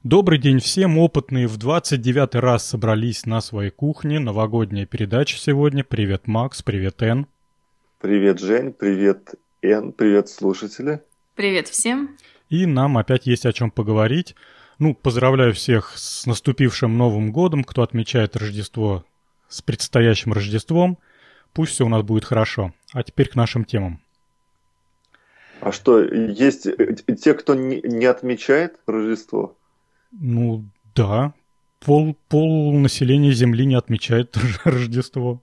Добрый день всем, опытные в 29-й раз собрались на своей кухне. Новогодняя передача сегодня. Привет, Макс, привет, Эн. Привет, Жень, привет, Эн, привет, слушатели. Привет всем. И нам опять есть о чем поговорить. Поздравляю всех с наступившим Новым годом, кто отмечает Рождество, с предстоящим Рождеством. Пусть все у нас будет хорошо. А теперь к нашим темам. А что, есть те, кто не отмечает Рождество? Да. Пол населения Земли не отмечает Рождество.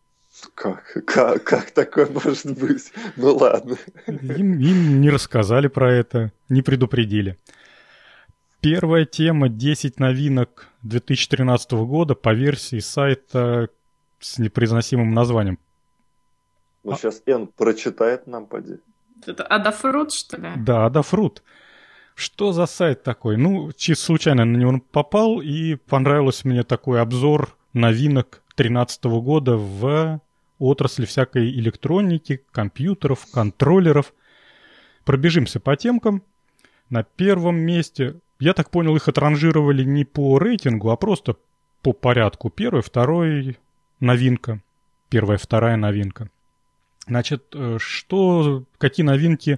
Как такое может быть? Ну ладно. Им не рассказали про это, не предупредили. Первая тема — 10 новинок 2013 года по версии сайта с непроизносимым названием. Сейчас Эн прочитает нам, поди. Это Адафрут, что ли? Да, Адафрут. Что за сайт такой? Чисто случайно на него попал, и понравился мне такой обзор новинок 2013 года в отрасли всякой электроники, компьютеров, контроллеров. Пробежимся по темкам. На первом месте, я так понял, их отранжировали не по рейтингу, а просто по порядку. Первый, второй новинка. Первая, вторая новинка. Значит, какие новинки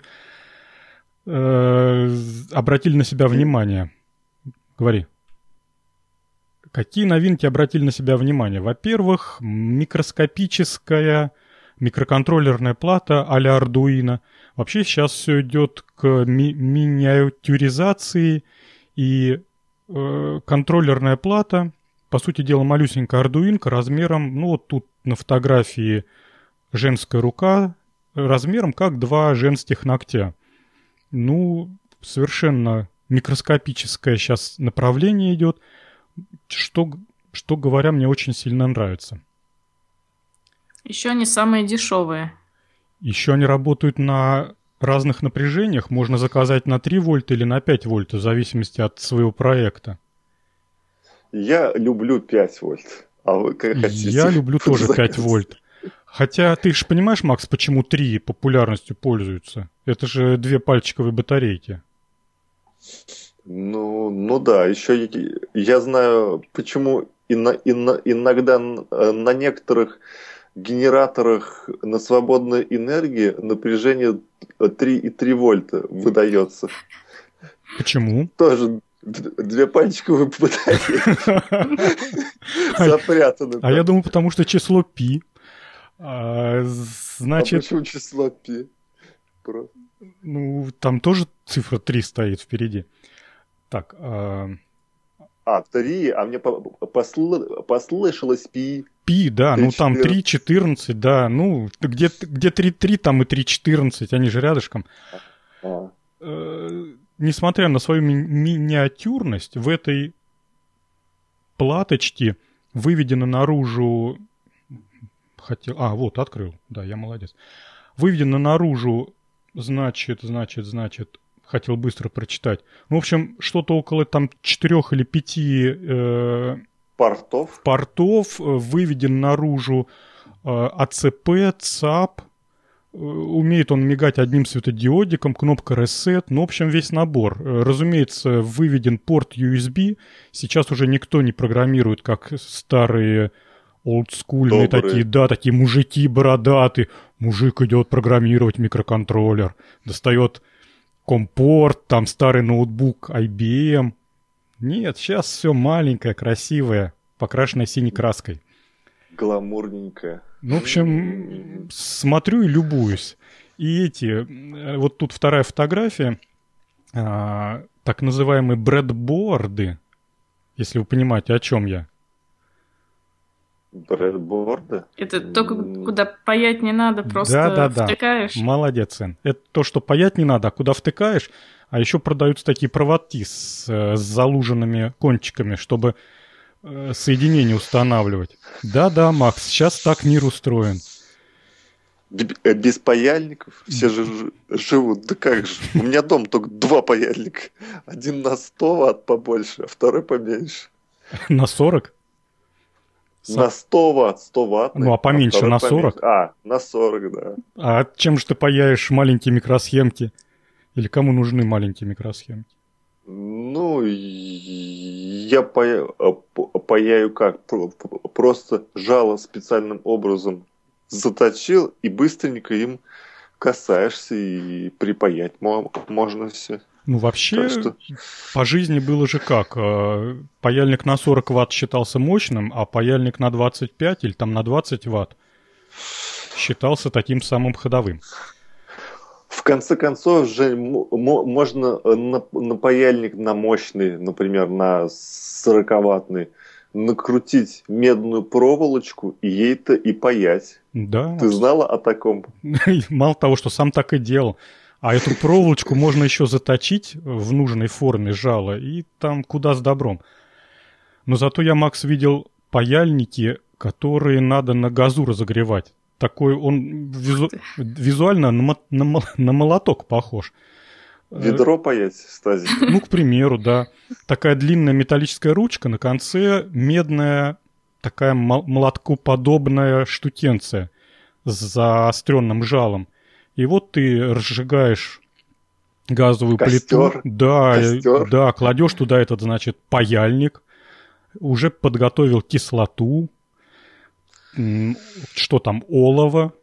обратили на себя внимание? Говори. Какие новинки обратили на себя внимание? Во-первых, микроскопическая микроконтроллерная плата а-ля Arduino. Вообще сейчас все идет к миниатюризации, и контроллерная плата, по сути дела, малюсенькая Arduino размером, вот тут на фотографии женская рука, размером как 2 женских ногтя. Совершенно микроскопическое сейчас направление идет, что говоря, мне очень сильно нравится. Еще они самые дешевые. Еще они работают на разных напряжениях. Можно заказать на 3 вольта или на 5 вольт, в зависимости от своего проекта. Я люблю 5 вольт. А вы как хотите? Я люблю тоже 5 вольт. Хотя ты же понимаешь, Макс, почему 3 популярностью пользуются? Это же 2 пальчиковые батарейки. Да. Еще я знаю, почему иногда на некоторых генераторах на свободной энергии напряжение 3,3 вольта выдается. Почему? Тоже 2 пальчиковые батарейки запрятаны. А я думаю, потому что число π. Значит... А почему число π? Там тоже цифра 3 стоит впереди. Так. 3, а мне послышалось π. Пи, да, там 3,14, да, где 3,3, там и 3,14, они же рядышком. Несмотря на свою миниатюрность, в этой платочке выведено наружу... открыл, да, я молодец. Выведено наружу, значит, хотел быстро прочитать. В общем, что-то около 4 или 5... портов выведен наружу АЦП, ЦАП. Умеет он мигать одним светодиодиком, кнопка Reset. В общем, весь набор. Разумеется, выведен порт USB. Сейчас уже никто не программирует, как старые олдскульные такие мужики бородатые. Мужик идет программировать микроконтроллер. Достает компорт, там старый ноутбук IBM. Нет, сейчас все маленькое, красивое, покрашенное синей краской. Гламурненькое. В общем, смотрю и любуюсь. И вот тут вторая фотография, так называемые брэдборды, если вы понимаете, о чем я. Брэдборды? Это только куда паять не надо, просто втыкаешь. Молодец, Эн. Это то, что паять не надо, а куда втыкаешь. А еще продаются такие проводки с залуженными кончиками, чтобы соединение устанавливать. Да, Макс, сейчас так мир устроен. Без паяльников все же живут. Да как же? У меня дома только 2 паяльника. Один на 100 ватт побольше, а второй поменьше. На 40? На 100 ватт, 100 ватт. А поменьше на 40? На 40, да. А чем же ты паяешь маленькие микросхемки? Или кому нужны маленькие микросхемки? Ну, я паяю как? Просто жало специальным образом заточил и быстренько им касаешься и припаять можно все. Ну, вообще, по жизни было же как? Паяльник на 40 ватт считался мощным, а паяльник на 25 или там на 20 ватт считался таким самым ходовым. В конце концов, же можно на паяльник на мощный, например, на 40-ваттный, накрутить медную проволочку и ей-то и паять. Да. Ты знала о таком? Мало того, что сам так и делал. А эту проволочку можно еще заточить в нужной форме жала, и там куда с добром. Но зато я, Макс, видел паяльники, которые надо на газу разогревать. Такой он визуально на молоток похож. Ведро паять, Стази? Ну, к примеру, да. Такая длинная металлическая ручка, на конце медная такая молоткоподобная штукенция с заостренным жалом. И вот ты разжигаешь газовую плиту. Да, кладешь туда этот, значит, паяльник. Уже подготовил кислоту. Что там, олово.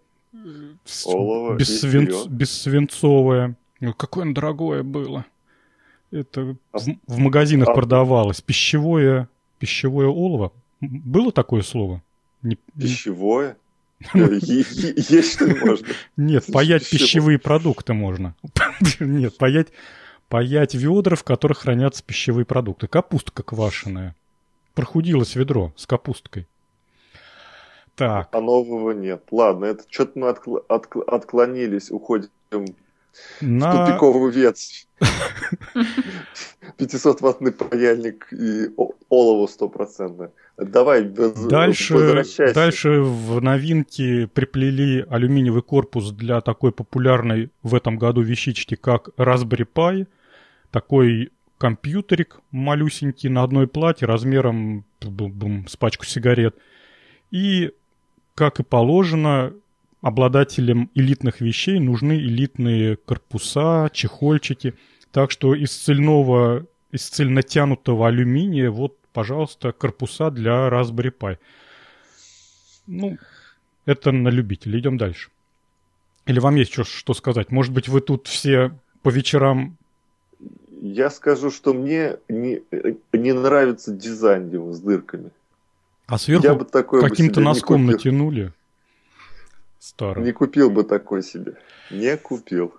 Бессвинцовое. Какое оно дорогое было. Это в магазинах продавалось. Пищевое олово. Было такое слово? Пищевое? Есть что ли можно? Нет, паять пищевые продукты можно. Нет, паять ведра, в которых хранятся пищевые продукты. Капустка квашеная. Прохудилось ведро с капусткой. Так. А нового нет. Ладно, это что-то мы отклонились, уходим в тупиковую ветвь. 500-ваттный паяльник и олово 100%. Давай, возвращайся. Дальше в новинке приплели алюминиевый корпус для такой популярной в этом году вещички, как Raspberry Pi. Такой компьютерик малюсенький на одной плате размером с пачку сигарет. И, как и положено, обладателям элитных вещей нужны элитные корпуса, чехольчики. Так что из цельно тянутого алюминия, вот, пожалуйста, корпуса для Raspberry Pi. Ну, это на любителя. Идем дальше. Или вам есть что сказать? Может быть, вы тут все по вечерам... Я скажу, что мне не нравится дизайн его с дырками. А сверху каким-то носком натянули? Старый. Не купил бы такой себе. Не купил.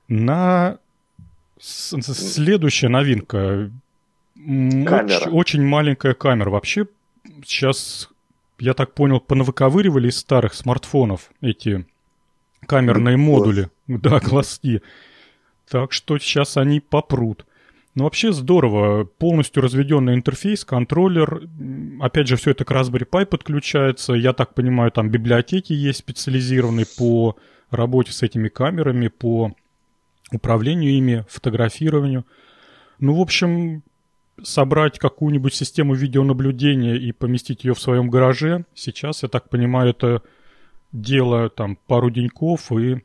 Следующая новинка. Очень маленькая камера. Вообще, сейчас, я так понял, понавыковыривали из старых смартфонов эти камерные модули. Да, глазки. Так что сейчас они попрут. Ну, вообще здорово. Полностью разведенный интерфейс, контроллер. Опять же, все это к Raspberry Pi подключается. Я так понимаю, там библиотеки есть специализированные по работе с этими камерами, по управлению ими, фотографированию. Ну, в общем, собрать какую-нибудь систему видеонаблюдения и поместить ее в своем гараже. Сейчас, я так понимаю, это дело там пару деньков и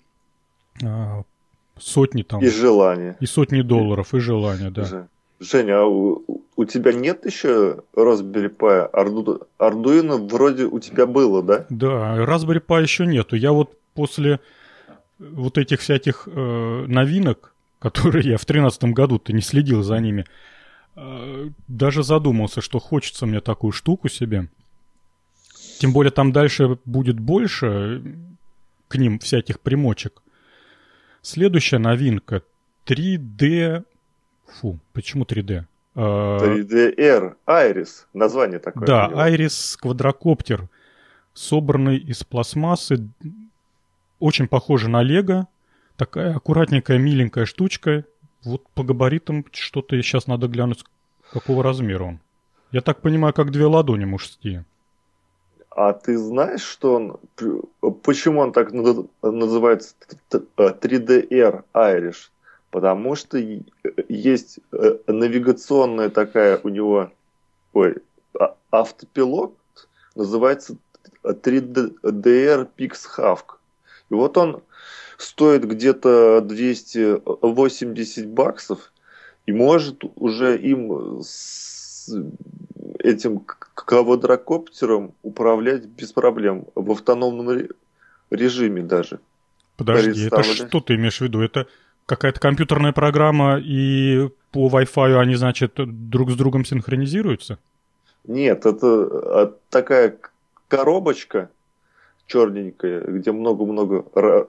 сотни там... И желания. И сотни долларов, и желания, да. Женя, а у тебя нет еще Raspberry Pi? Arduino вроде у тебя было, да? Да, Raspberry Pi еще нету. Я вот после вот этих всяких новинок, которые я в 2013 году-то не следил за ними, даже задумался, что хочется мне такую штуку себе. Тем более там дальше будет больше к ним всяких примочек. Следующая новинка 3D... почему 3D? 3DR, Iris, название такое. Да, Iris квадрокоптер, собранный из пластмассы, очень похоже на Лего, такая аккуратненькая, миленькая штучка. Вот по габаритам что-то сейчас надо глянуть, какого размера он. Я так понимаю, как 2 ладони мужские. А ты знаешь, что почему он так называется 3DR Irish? Потому что есть навигационная такая у него автопилот, называется 3DR PixHawk. И вот он стоит где-то $280, И может уже им с этим квадрокоптером управлять без проблем в автономном режиме даже. Подожди, это что ты имеешь в виду? Это какая-то компьютерная программа, и по Wi-Fi они, значит, друг с другом синхронизируются? Нет, это такая коробочка черненькая, где много-много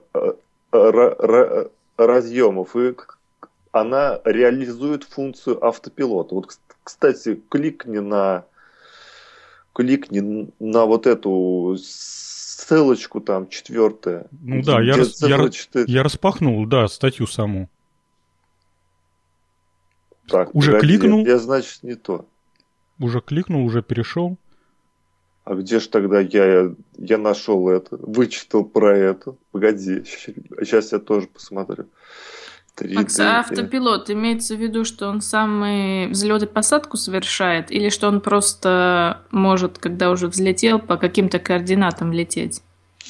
разъемов, и она реализует функцию автопилота. Вот, кстати, кликни на вот эту ссылочку там 4. Ну да, я распахнул, да, статью саму. Так, уже кликнул? Я, значит, не то. Уже кликнул, уже перешел. А где же тогда я нашел это, вычитал про это? Погоди, сейчас я тоже посмотрю. Макс, а автопилот имеется в виду, что он сам взлет и посадку совершает, или что он просто может, когда уже взлетел, по каким-то координатам лететь?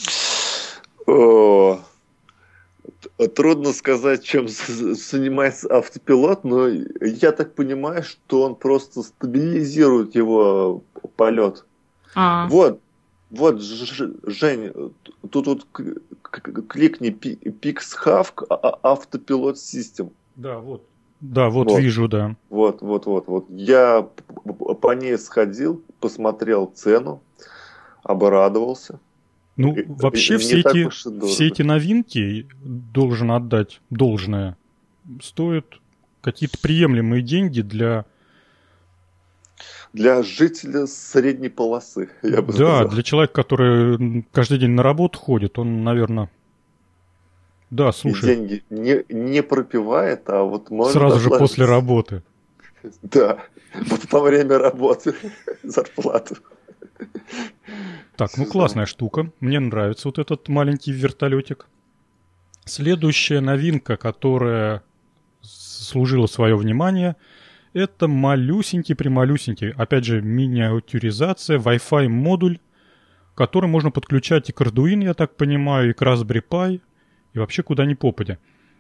Трудно сказать, чем занимается автопилот, но я так понимаю, что он просто стабилизирует его полет. Вот, Жень, тут кликни Pixhavk автопилот System. Да, вот вижу, да. Вот. Я по ней сходил, посмотрел цену, обрадовался. Ну, вообще все эти новинки, должен отдать должное, стоят какие-то приемлемые деньги для жителя средней полосы, я бы сказал. Да, для человека, который каждый день на работу ходит, он, наверное... Да, слушай. И деньги не пропивает, а вот можно... Сразу же после работы. Да, вот во время работы зарплату. Так, ну классная штука. Мне нравится вот этот маленький вертолетик. Следующая новинка, которая служила свое внимание, это малюсенький, опять же, миниатюризация, Wi-Fi модуль, который можно подключать и к Arduino, я так понимаю, и к Raspberry Pi, и вообще куда ни попадя.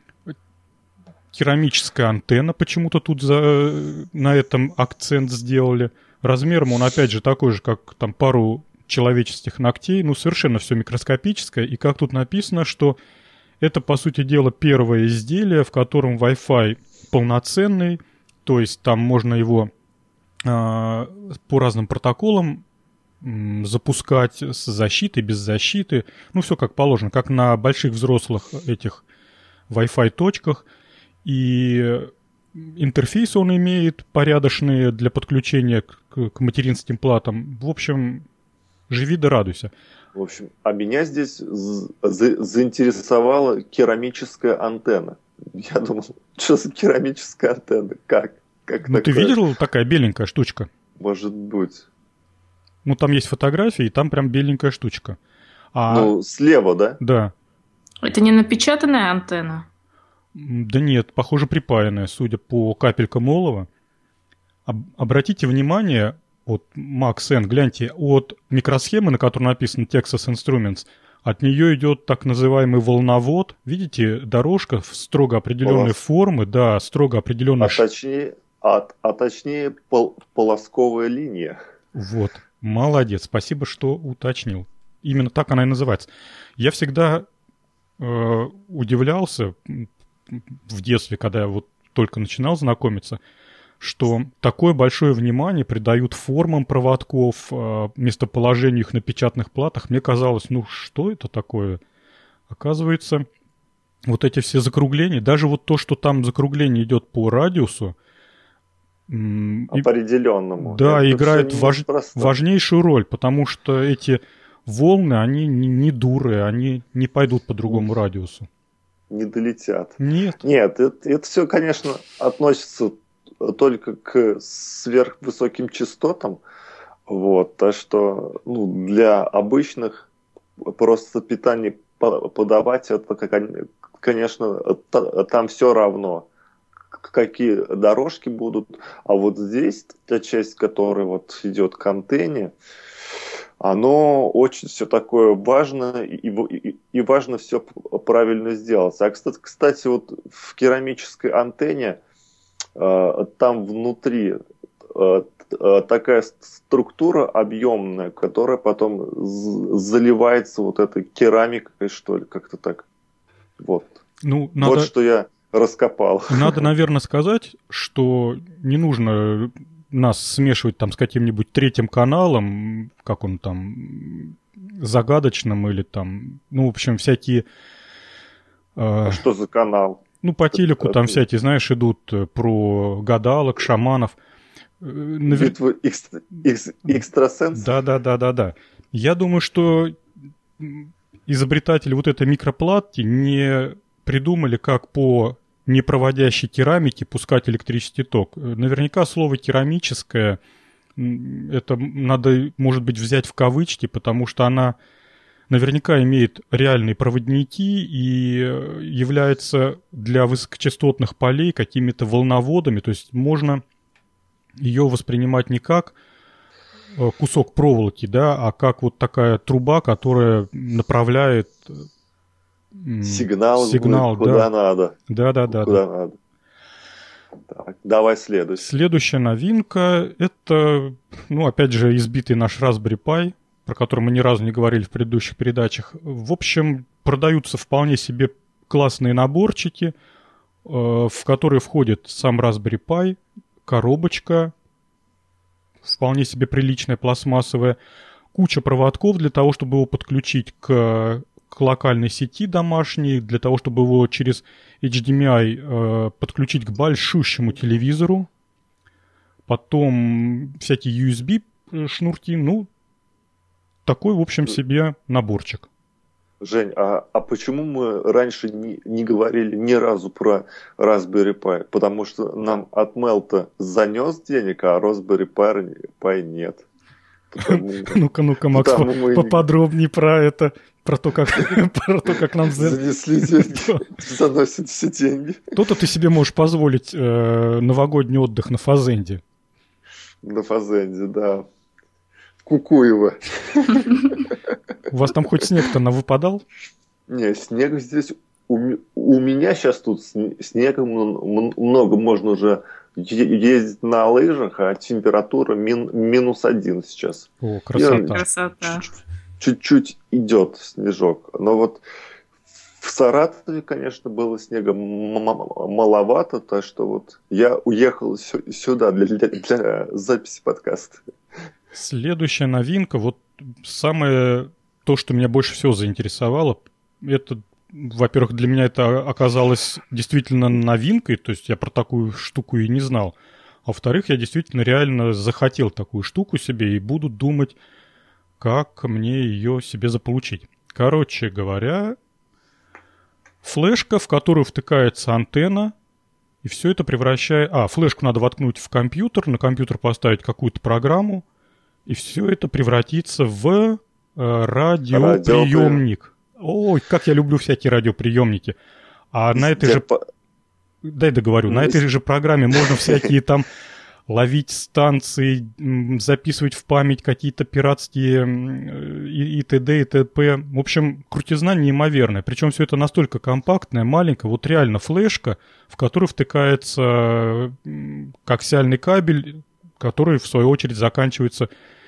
Керамическая антенна, почему-то тут на этом акцент сделали. Размером он, опять же, такой же, как там пару человеческих ногтей, ну, совершенно все микроскопическое, и как тут написано, что это, по сути дела, первое изделие, в котором Wi-Fi полноценный, то есть там можно его по разным протоколам запускать с защитой, без защиты. Ну, все как положено, как на больших взрослых этих Wi-Fi точках. И интерфейсы он имеет порядочные для подключения к материнским платам. В общем, живи да радуйся. В общем, а меня здесь заинтересовала керамическая антенна. Я думал, что за керамическая антенна? Как ну, такое? Ты видел такая беленькая штучка? Может быть. Ну, там есть фотографии, и там прям беленькая штучка. Ну, слева, да? Да. Это не напечатанная антенна? Да нет, похоже, припаянная, судя по капелькам олова. Обратите внимание, вот, Макс Н, гляньте, от микросхемы, на которой написано Texas Instruments, от нее идет так называемый волновод. Видите, дорожка в строго определенной формы, да, строго определенной... точнее полосковая линия. Вот, молодец, спасибо, что уточнил. Именно так она и называется. Я всегда удивлялся в детстве, когда я вот только начинал знакомиться, что такое большое внимание придают формам проводков, местоположению их на печатных платах. Мне казалось, ну что это такое? Оказывается, вот эти все закругления, даже вот то, что там закругление идет по радиусу, определенному. Да, играет важнейшую роль, потому что эти волны, они не дуры, они не пойдут по другому радиусу. Не долетят. Нет, это все, конечно, относится только к сверхвысоким частотам. Вот, так что для обычных просто питание подавать, это, конечно, там все равно, какие дорожки будут. А вот здесь, та часть, которая вот идет к антенне, оно очень все такое важно, и важно все правильно сделать. А, кстати, вот в керамической антенне там внутри такая структура объемная, которая потом заливается вот этой керамикой, что ли, как-то так. Вот. Ну, надо... Вот что я раскопал. Надо, наверное, сказать, что не нужно нас смешивать там с каким-нибудь третьим каналом, как он там, загадочным или там, ну, в общем, всякие... Что за канал? Ну, по телеку там всякие, знаешь, идут про гадалок, шаманов. Битву экстрасенсов? Да. Я думаю, что изобретатели вот этой микроплатки не придумали, как по непроводящей керамике пускать электрический ток. Наверняка слово «керамическое» это надо, может быть, взять в кавычки, потому что она наверняка имеет реальные проводники и является для высокочастотных полей какими-то волноводами. То есть можно ее воспринимать не как кусок проволоки, да, а как вот такая труба, которая направляет сигнал куда надо. Да. Надо. Так, давай следующий. Следующая новинка — это, ну, опять же, избитый наш Raspberry Pi, про который мы ни разу не говорили в предыдущих передачах. В общем, продаются вполне себе классные наборчики, в которые входит сам Raspberry Pi, коробочка, вполне себе приличная, пластмассовая, куча проводков для того, чтобы его подключить к локальной сети домашней, для того, чтобы его через HDMI подключить к большущему телевизору, потом всякие USB шнурки, ну, такой, в общем, себе наборчик. Жень, а почему мы раньше не говорили ни разу про Raspberry Pi? Потому что нам Atmel-то занес денег, а Raspberry Pi нет. Ну-ка, Макс, поподробнее про это, про то, как нам занесли деньги, заносят все деньги. То-то ты себе можешь позволить новогодний отдых на Фазенде. На Фазенде, да. Кукуево. У вас там хоть снег-то навыпадал? Не, снег здесь... У меня сейчас тут снега много, можно уже ездить на лыжах, а температура -1 сейчас. О, красота. Чуть-чуть идет снежок. Но вот в Саратове, конечно, было снега маловато, так что вот я уехал сюда для записи подкаста. Следующая новинка, вот самое то, что меня больше всего заинтересовало, это, во-первых, для меня это оказалось действительно новинкой, то есть я про такую штуку и не знал. А во-вторых, я действительно реально захотел такую штуку себе и буду думать, как мне ее себе заполучить. Короче говоря, флешка, в которую втыкается антенна, и все это превращает... флешку надо воткнуть в компьютер, на компьютер поставить какую-то программу, и все это превратится в радиоприемник. Ой, как я люблю всякие радиоприемники. А на этой же... Дай договорю. На этой же программе можно всякие там ловить станции, записывать в память какие-то пиратские и т.д. и т.п. В общем, крутизна неимоверная. Причем все это настолько компактное, маленькое. Вот реально флешка, в которую втыкается коаксиальный кабель, который, в свою очередь, заканчивается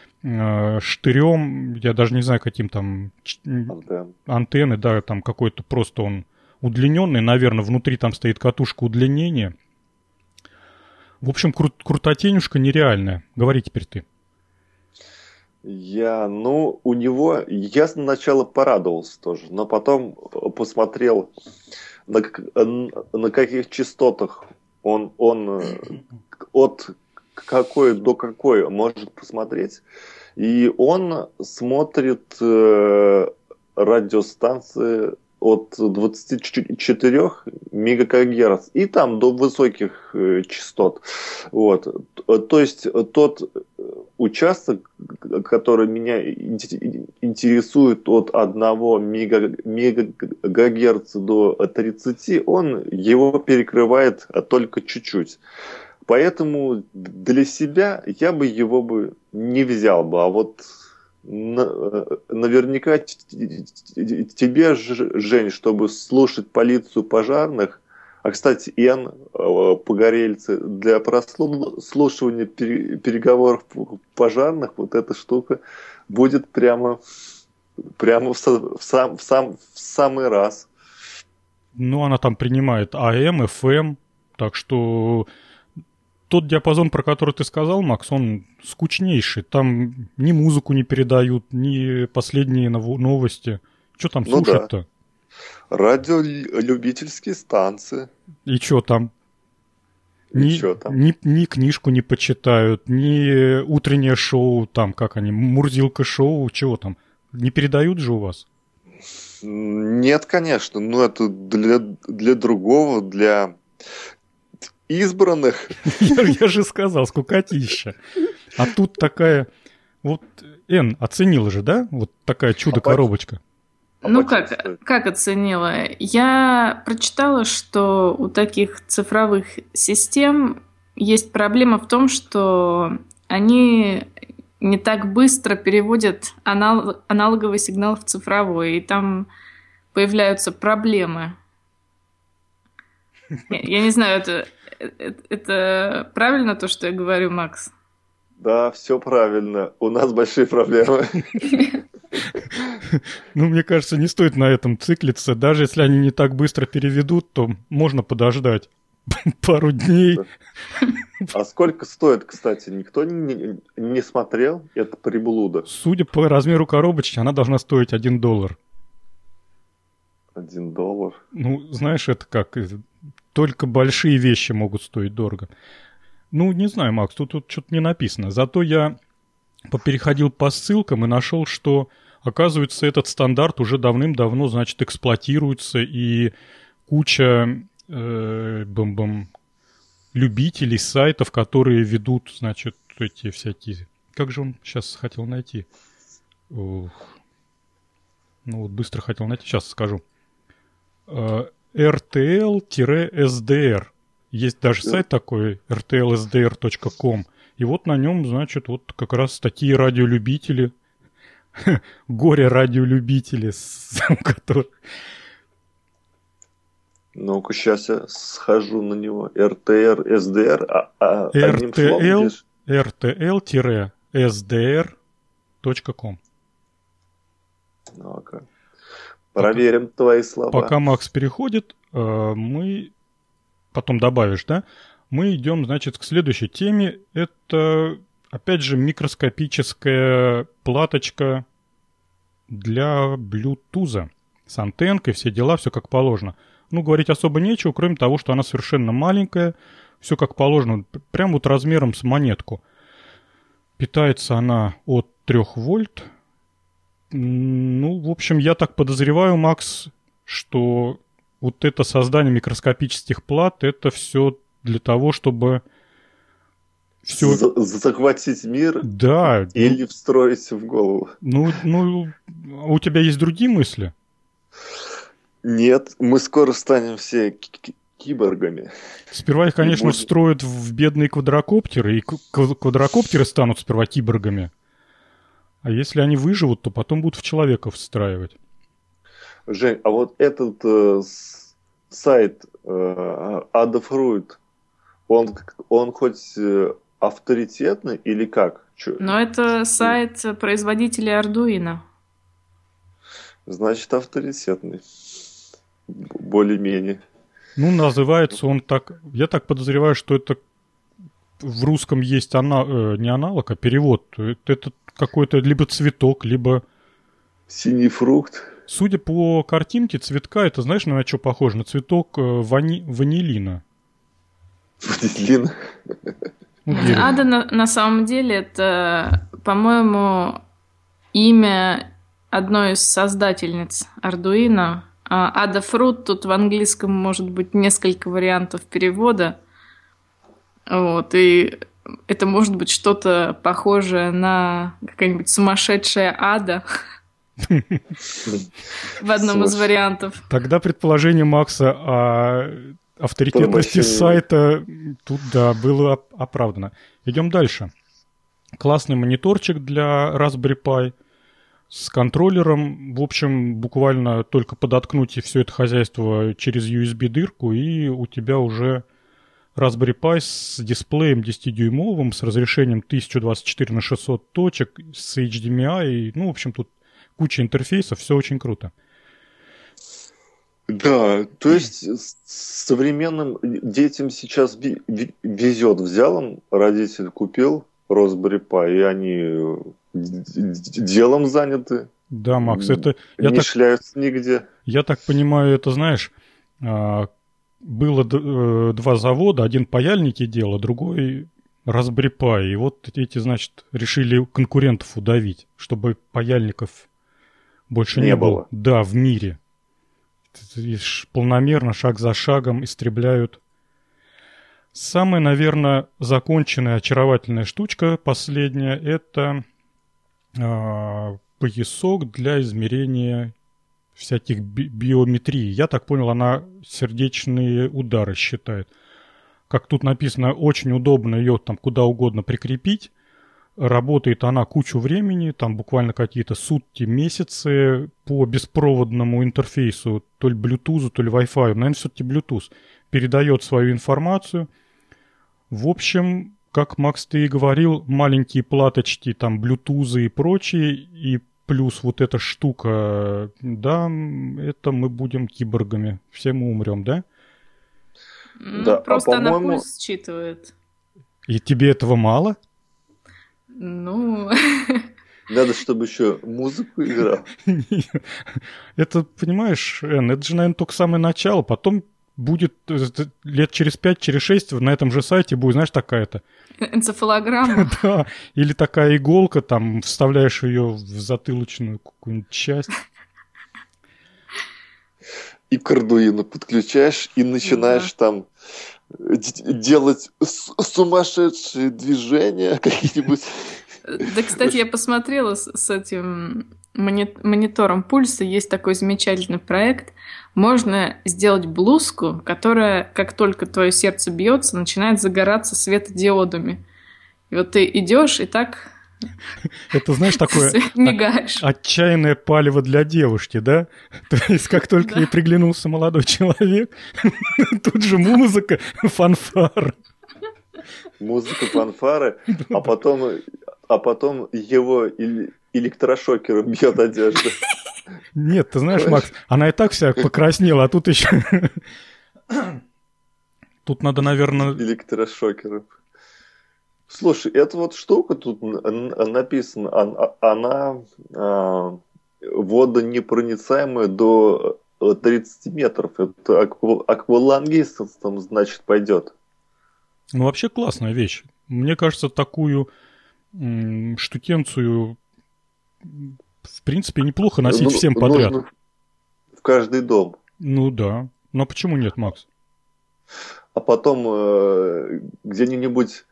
штырем, я даже не знаю, каким там антенны, да, там какой-то просто он удлиненный, наверное, внутри там стоит катушка удлинения. В общем, крутотенюшка нереальная. Говори теперь ты. Я сначала порадовался тоже, но потом посмотрел, на каких частотах он от какой до какой может посмотреть. И он смотрит радиостанции от 24 мегагерц и там до высоких частот. Вот. То есть тот участок, который меня интересует от 1 мегагерца до 30, он его перекрывает только чуть-чуть. Поэтому для себя я бы его не взял бы, а вот наверняка тебе, Жень, чтобы слушать полицию пожарных, А, кстати, N, погорельцы, для прослушивания переговоров пожарных вот эта штука будет прямо в самый раз. Ну, она там принимает AM, FM, так что тот диапазон, про который ты сказал, Макс, он скучнейший. Там ни музыку не передают, ни последние новости. Что там слушать-то? Да. Радиолюбительские станции. И что там? Ни книжку не почитают, ни утреннее шоу, там, как они, Мурзилка шоу, чего там? Не передают же у вас? Нет, конечно. Но это для другого, для избранных. Я же сказал, скукотища. А тут такая... Вот Н оценила же, да? Вот такая чудо-коробочка. Ну как оценила? Я прочитала, что у таких цифровых систем есть проблема в том, что они не так быстро переводят аналоговый сигнал в цифровой, и там появляются проблемы. Я не знаю, это правильно то, что я говорю, Макс? Да, все правильно. У нас большие проблемы. Ну, мне кажется, не стоит на этом циклиться. Даже если они не так быстро переведут, то можно подождать пару дней. А сколько стоит, кстати? Никто не смотрел? Это приблуда. Судя по размеру коробочки, она должна стоить $1. $1? Ну, знаешь, это как... Только большие вещи могут стоить дорого. Ну, не знаю, Макс, тут что-то не написано. Зато я попереходил по ссылкам и нашел, что, оказывается, этот стандарт уже давным-давно, значит, эксплуатируется, и куча любителей сайтов, которые ведут, значит, эти всякие... Как же он сейчас хотел найти? Ну, вот быстро хотел найти, сейчас скажу. RTL-SDR. Есть даже сайт такой, rtlsdr.com. И вот на нем, значит, вот как раз такие радиолюбители, горе-радиолюбители, которые... Ну-ка, сейчас я схожу на него. RTL-SDR. RTL-SDR.com. Ну-ка. Проверим твои слова. Пока Макс переходит, мы... Потом добавишь, да? Мы идем, значит, к следующей теме. Это, опять же, микроскопическая платочка для Bluetooth с антенкой, все дела, все как положено. Ну, говорить особо нечего, кроме того, что она совершенно маленькая, все как положено, прям вот размером с монетку. Питается она от 3 вольт. Ну, в общем, я так подозреваю, Макс, что вот это создание микроскопических плат, это все для того, чтобы... Все... Захватить мир? Да. Или встроить в голову? Ну, у тебя есть другие мысли? Нет, мы скоро станем все киборгами. Сперва их, конечно, встроят в бедные квадрокоптеры, и квадрокоптеры станут сперва киборгами. А если они выживут, то потом будут в человека встраивать. Жень, а вот этот сайт Adafruit, он хоть авторитетный или как? Но это сайт производителя Arduino. Значит, авторитетный. Более-менее. Ну, называется он так... Я так подозреваю, что это в русском есть не аналог, а перевод. Это какой-то либо цветок, либо... Синий фрукт. Судя по картинке цветка, это, знаешь, на что похоже? На цветок ванилина. Ванилин? Ада на самом деле это, по-моему, имя одной из создательниц Arduino. Adafruit, тут в английском может быть несколько вариантов перевода. Вот, и это может быть что-то похожее на какая-нибудь сумасшедшая ада. В одном из вариантов. Тогда предположение Макса о авторитетности сайта тут, да, было оправдано. Идем дальше. Классный мониторчик для Raspberry Pi с контроллером. В общем, буквально только подоткнуть все это хозяйство через USB-дырку, и у тебя уже Raspberry Pi с дисплеем 10-дюймовым, с разрешением 1024 на 600 точек, с HDMI. Ну, в общем, тут куча интерфейсов, все очень круто. Да, то есть современным детям сейчас везет. Взял он, родитель купил Raspberry Pi, и они делом заняты. Да, Макс, это... Не шляются нигде. Я так понимаю, это, знаешь, было два завода, один паяльники делал, другой Raspberry Pi. И вот эти, значит, решили конкурентов удавить, чтобы паяльников больше не было. Да, в мире. Полномерно, шаг за шагом истребляют. Самая, наверное, законченная, очаровательная штучка, последняя, это поясок для измерения всяких биометрии. Я так понял, она сердечные удары считает. Как тут написано, очень удобно ее там куда угодно прикрепить. Работает она кучу времени, там буквально какие-то сутки, месяцы по беспроводному интерфейсу, то ли Bluetooth, то ли Wi-Fi, наверное, все-таки Bluetooth, передает свою информацию. В общем, как Макс ты и говорил, маленькие платочки, там Bluetooth и прочие, и плюс вот эта штука, да, это мы будем киборгами, все мы умрем, да? Да, просто она пульс считывает. И тебе этого мало? Ну... Надо, чтобы еще музыку играл. Это, понимаешь, Эн, это же, наверное, только самое начало. Потом будет лет через 5, через 6 на этом же сайте будет, знаешь, такая-то... Энцефалограмма. Да, или такая иголка, там, вставляешь ее в затылочную какую-нибудь часть. И к Arduino подключаешь, и начинаешь там делать сумасшедшие движения какие-нибудь. Да, кстати, я посмотрела с этим монитором пульса. Есть такой замечательный проект. Можно сделать блузку, которая, как только твое сердце бьется, начинает загораться светодиодами. И вот ты идешь и так... Это, знаешь, такое мигаешь. Отчаянное палево для девушки, да? То есть, как только ей приглянулся молодой человек, тут же музыка, фанфары. Музыка, фанфары, а потом его электрошокером бьет одежду. Нет, ты знаешь, Макс, она и так вся покраснела, а тут еще... Тут надо, наверное... Электрошокером. Слушай, эта вот штука тут написана, она водонепроницаемая до 30 метров. Это аквалангистом, значит, пойдет. Ну, вообще классная вещь. Мне кажется, такую штукенцию, в принципе, неплохо носить всем подряд. В каждый дом. Ну да. Но почему нет, Макс? А потом где-нибудь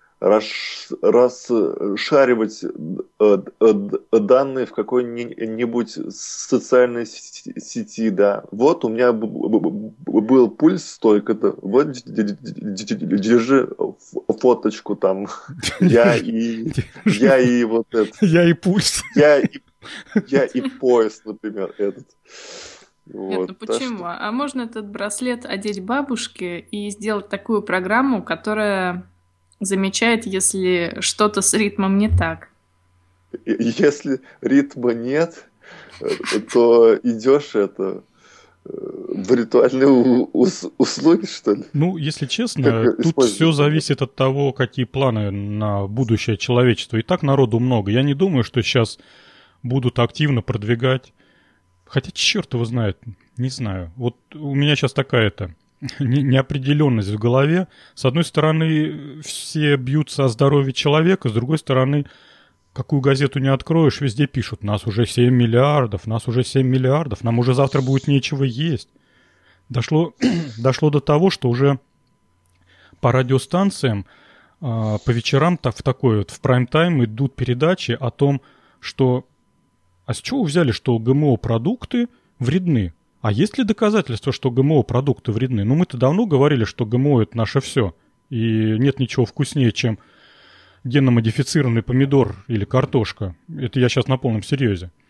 расшаривать данные в какой-нибудь социальной сети, да. Вот у меня был пульс столько-то, вот держи фоточку там, я и вот это. Я и пульс. Я и пояс, например, этот. Нет, ну почему? А можно этот браслет одеть бабушке и сделать такую программу, которая замечает, если что-то с ритмом не так. Если ритма нет, то идешь в ритуальные услуги, что ли? Ну, если честно, тут все зависит от того, какие планы на будущее человечества. И так народу много. Я не думаю, что сейчас будут активно продвигать. Хотя черт его знает, не знаю. Вот у меня сейчас такая-то неопределенность в голове. С одной стороны, все бьются о здоровье человека, с другой стороны, какую газету не откроешь, везде пишут: нас уже 7 миллиардов, нас уже 7 миллиардов, нам уже завтра будет нечего есть. Дошло до того, что уже по радиостанциям по вечерам в такой вот, в прайм-тайм идут передачи о том, что... А с чего взяли, что ГМО-продукты вредны? А есть ли доказательства, что ГМО-продукты вредны? Ну, мы-то давно говорили, что ГМО – это наше все. И нет ничего вкуснее, чем генно-модифицированный помидор или картошка. Это я сейчас на полном серьезе.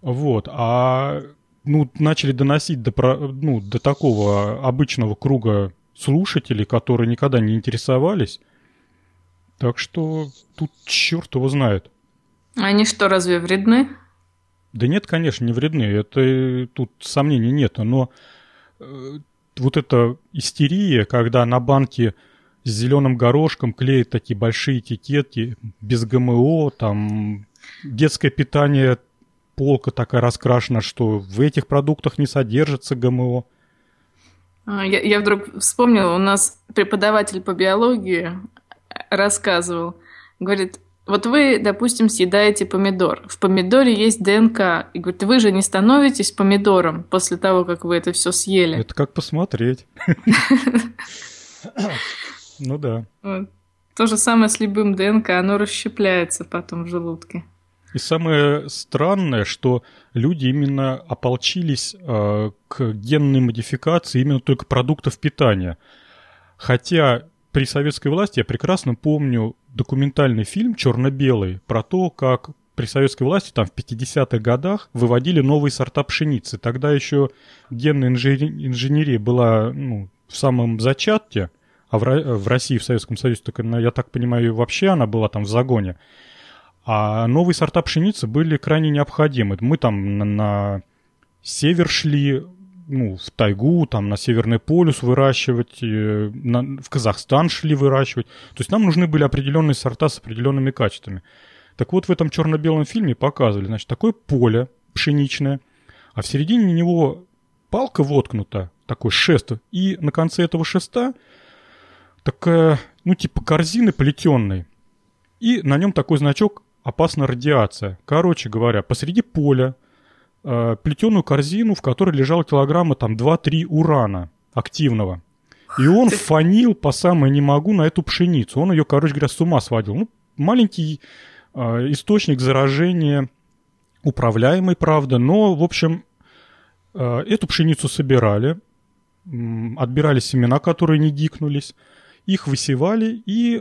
Вот, начали доносить до такого обычного круга слушателей, которые никогда не интересовались. Так что тут черт его знает. Они что, разве вредны? Да нет, конечно, не вредны. Это тут сомнений нет. Но вот эта истерия, когда на банке с зеленым горошком клеят такие большие этикетки, без ГМО, там детское питание, полка такая раскрашена, что в этих продуктах не содержится ГМО. Я вдруг вспомнила, у нас преподаватель по биологии рассказывал, говорит, вот вы, допустим, съедаете помидор, в помидоре есть ДНК, и говорит, вы же не становитесь помидором после того, как вы это все съели. Это как посмотреть. Ну да. То же самое с любым ДНК, оно расщепляется потом в желудке. И самое странное, что люди именно ополчились к генной модификации именно только продуктов питания. Хотя при советской власти я прекрасно помню документальный фильм «Черно-белый» про то, как при советской власти там в 50-х годах выводили новые сорта пшеницы. Тогда еще генная инженерия была в самом зачатке, а в России, в Советском Союзе, я так понимаю, вообще она была там в загоне. А новые сорта пшеницы были крайне необходимы. Мы там на север шли, в тайгу, там на Северный полюс выращивать, в Казахстан шли выращивать. То есть нам нужны были определенные сорта с определенными качествами. Так вот, в этом черно-белом фильме показывали, значит, такое поле пшеничное, а в середине него палка воткнута, такой шест, и на конце этого шеста такая, типа корзины плетеной, и на нем такой значок «Опасна радиация». Короче говоря, посреди поля плетеную корзину, в которой лежало килограмма там 2-3 урана активного. И он фонил по самое не могу на эту пшеницу. Он ее, короче говоря, с ума сводил. Маленький источник заражения, управляемый, правда, но, в общем, эту пшеницу собирали, отбирали семена, которые не гикнулись, их высевали и,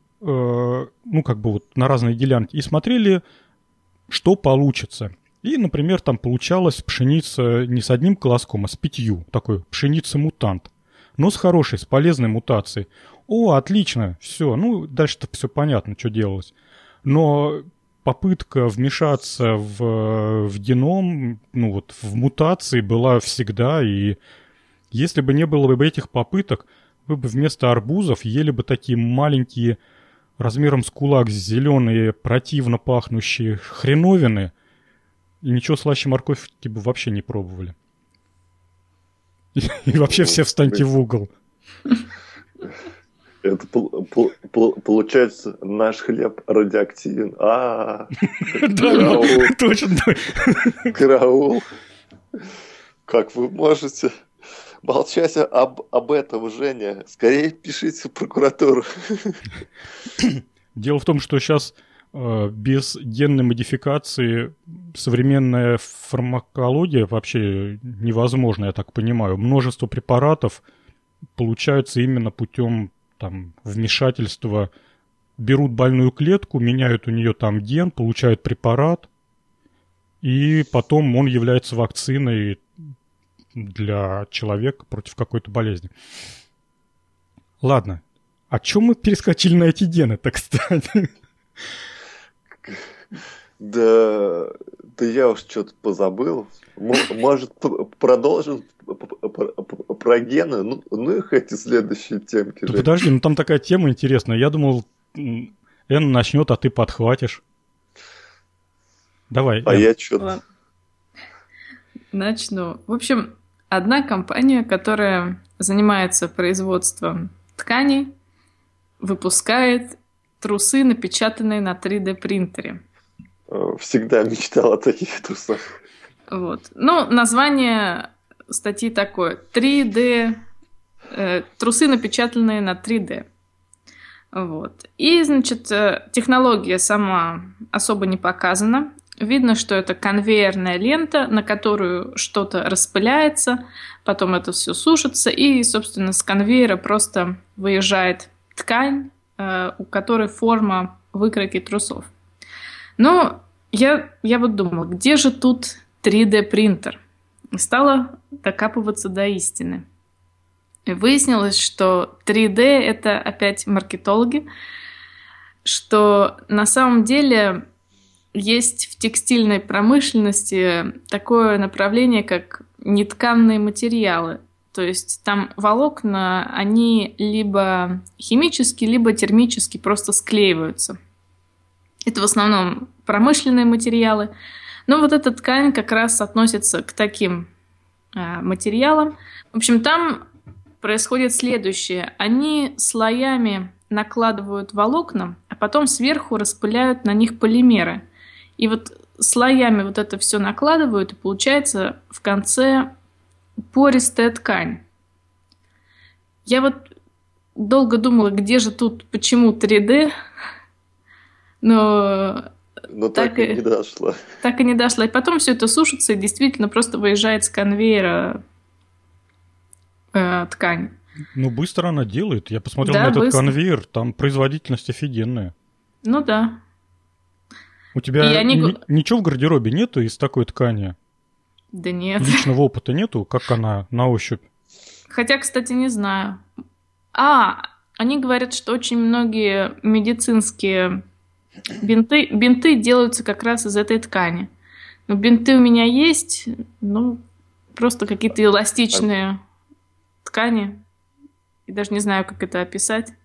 на разные делянки, и смотрели, что получится. И, например, там получалась пшеница не с одним колоском, а с 5. Такой пшеница-мутант. Но с хорошей, с полезной мутацией. О, отлично, все. Дальше-то все понятно, что делалось. Но попытка вмешаться в геном, в мутации была всегда. И если бы не было бы этих попыток, вы бы вместо арбузов ели бы такие маленькие, размером с кулак, зеленые, противно пахнущие хреновины, и ничего слаще морковки бы вообще не пробовали. И вообще все встаньте в угол. Это получается, наш хлеб радиоактивен. Да, точно. Караул. Как вы можете молчать об этом, Женя? Скорее пишите в прокуратуру. Дело в том, что сейчас без генной модификации современная фармакология вообще невозможна, я так понимаю. Множество препаратов получается именно путем вмешательства. Берут больную клетку, меняют у нее там ген, получают препарат, и потом он является вакциной для человека против какой-то болезни. Ладно. А чем мы перескочили на эти гены-то, кстати? Да я уж что-то позабыл. Может, продолжим про гены? Их эти следующие темки. Да подожди, там такая тема интересная. Я думал, Н начнет, а ты подхватишь. Давай. А я что-то... Начну. В общем, одна компания, которая занимается производством тканей, выпускает трусы, напечатанные на 3D принтере. Всегда мечтал о таких трусах. Вот. Название статьи такое. 3D... трусы, напечатанные на 3D. Вот. И, значит, технология сама особо не показана. Видно, что это конвейерная лента, на которую что-то распыляется, потом это все сушится, и, собственно, с конвейера просто выезжает ткань, у которой форма выкройки трусов. Но я вот думала, где же тут 3D-принтер. И стала докапываться до истины. И выяснилось, что 3D – это опять маркетологи, что на самом деле есть в текстильной промышленности такое направление, как нетканные материалы. То есть там волокна, они либо химически, либо термически просто склеиваются. Это в основном промышленные материалы. Но вот эта ткань как раз относится к таким материалам. В общем, там происходит следующее. Они слоями накладывают волокна, а потом сверху распыляют на них полимеры. И вот слоями вот это все накладывают, и получается в конце пористая ткань. Я вот долго думала, где же тут, почему 3D, но так и не дошла. Так и не дошла. И потом все это сушится, и действительно просто выезжает с конвейера ткань. Ну, быстро она делает. Я посмотрел на этот конвейер, там производительность офигенная. Ну да. У тебя ничего в гардеробе нету из такой ткани? Да нет. Личного опыта нету? Как она на ощупь? Хотя, кстати, не знаю. Они говорят, что очень многие медицинские бинты делаются как раз из этой ткани. Но бинты у меня есть, просто какие-то эластичные ткани. И даже не знаю, как это описать.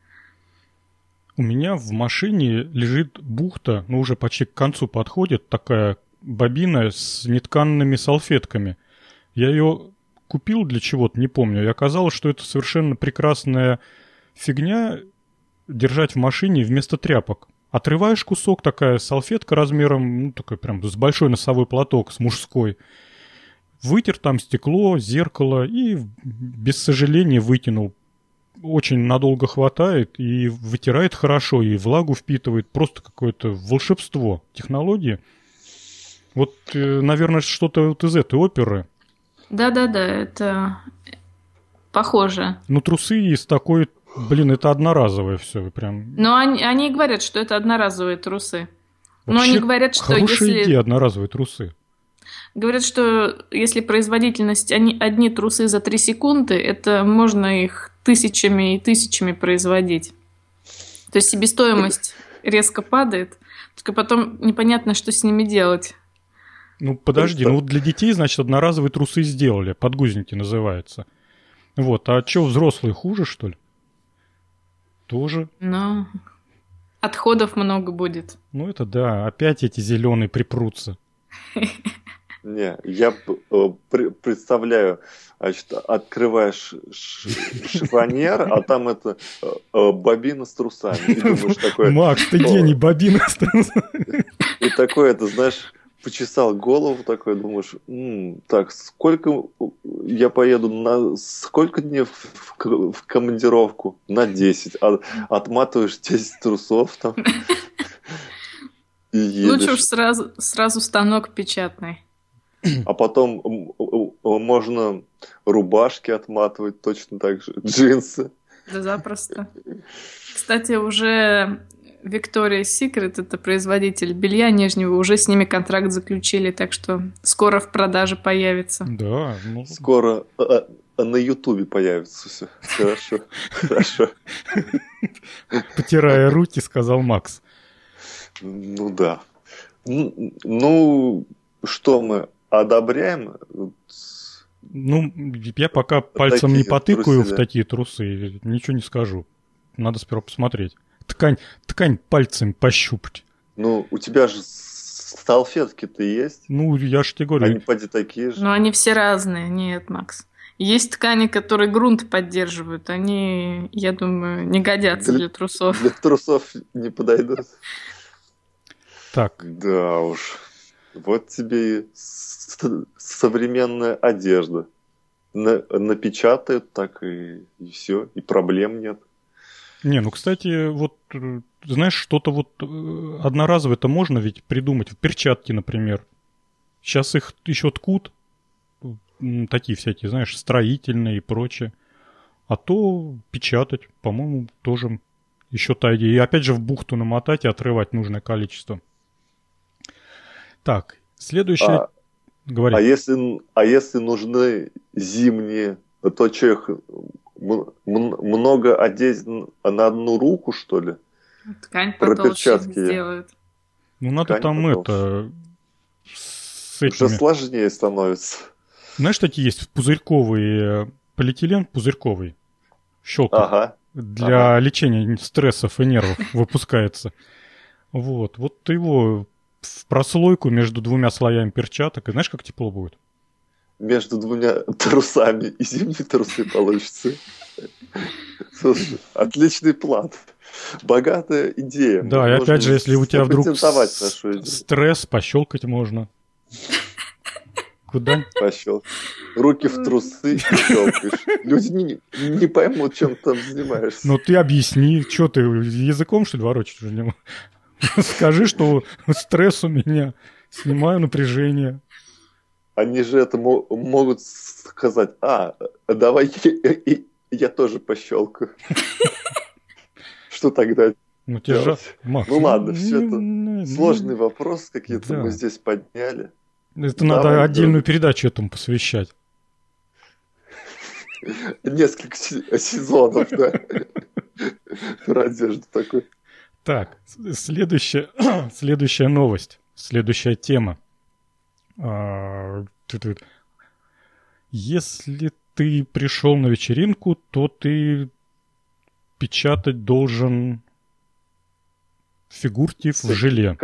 У меня в машине лежит бухта, уже почти к концу подходит, такая бобина с нетканными салфетками. Я ее купил для чего-то, не помню. И оказалось, что это совершенно прекрасная фигня держать в машине вместо тряпок. Отрываешь кусок, такая салфетка размером, такой прям с большой носовой платок, с мужской. Вытер там стекло, зеркало и без сожаления выкинул. Очень надолго хватает и вытирает хорошо, и влагу впитывает. Просто какое-то волшебство технологии. Вот, наверное, что-то вот из этой оперы. Да-да-да, это похоже. Трусы из такой... это одноразовое все прям. Но они говорят, что это одноразовые трусы. Но они говорят, что хорошая идея, одноразовые трусы. Говорят, что если производительность одни трусы за 3 секунды, это можно их тысячами и тысячами производить. То есть себестоимость резко падает, только потом непонятно, что с ними делать. Подожди, для детей, значит, одноразовые трусы сделали, подгузники называется. А что, взрослые хуже, что ли? Тоже. Отходов много будет. Это да, опять эти зеленые припрутся. Не, я представляю, значит, открываешь шифоньер, а там это бобина с трусами. И думаешь, такой, Макс, ты гений, бобина с трусами. И такой, знаешь, почесал голову, такой, думаешь, так, сколько я поеду сколько дней в командировку? На 10. Отматываешь 10 трусов там. И едешь. Лучше уж сразу станок печатный. А потом можно рубашки отматывать точно так же, джинсы. Да запросто. Кстати, уже Victoria's Secret, это производитель белья нижнего, уже с ними контракт заключили, так что скоро в продаже появится. Да. Скоро на Ютубе появится все. Хорошо. Потирая руки, сказал Макс. Да. Что мы одобряем? Я пока пальцем не потыкаю в такие трусы, ничего не скажу. Надо сперва посмотреть. Ткань пальцем пощупать. У тебя же салфетки-то есть? Я же тебе говорю. Они поди такие же. Они все разные. Нет, Макс. Есть ткани, которые грунт поддерживают. Они, я думаю, не годятся для трусов. Для трусов не подойдут. Так. Да уж. Вот тебе и современная одежда. Напечатают так и все, и проблем нет. Кстати, знаешь, что-то одноразовое-то можно ведь придумать. Перчатки, например. Сейчас их еще ткут. Такие всякие, знаешь, строительные и прочее. А то печатать, по-моему, тоже еще та идея. И опять же в бухту намотать и отрывать нужное количество. Так, следующее... Говори. А если нужны зимние, то что их много одеть на одну руку, что ли? Ткань потолще сделают. Ну, надо ткань там потолще. С этими... Уже сложнее становится. Знаешь, такие есть пузырьковые, полиэтилен пузырьковый. Щелка. Для лечения стрессов и нервов выпускается. Вот ты его в прослойку между двумя слоями перчаток. И знаешь, как тепло будет? Между двумя трусами. И зимние трусы получится. Слушай, отличный план. Богатая идея. Да, и опять же, если у тебя вдруг стресс, пощелкать можно. Куда? Пощелкать. Руки в трусы и щелкаешь. Люди не поймут, чем ты там занимаешься. Ну ты объясни, что ты языком, что ли, ворочаешь? Скажи, что стресс у меня, снимаю напряжение. Они же это могут сказать: давай я тоже пощелкаю. Что тогда делать? Ну ладно, все это сложный вопрос, какие-то мы здесь подняли. Это надо отдельную передачу этому посвящать. Несколько сезонов, да. Про одежду такой. Так, следующая новость, следующая тема. Если ты пришел на вечеринку, то ты печатать должен фигурки в желе.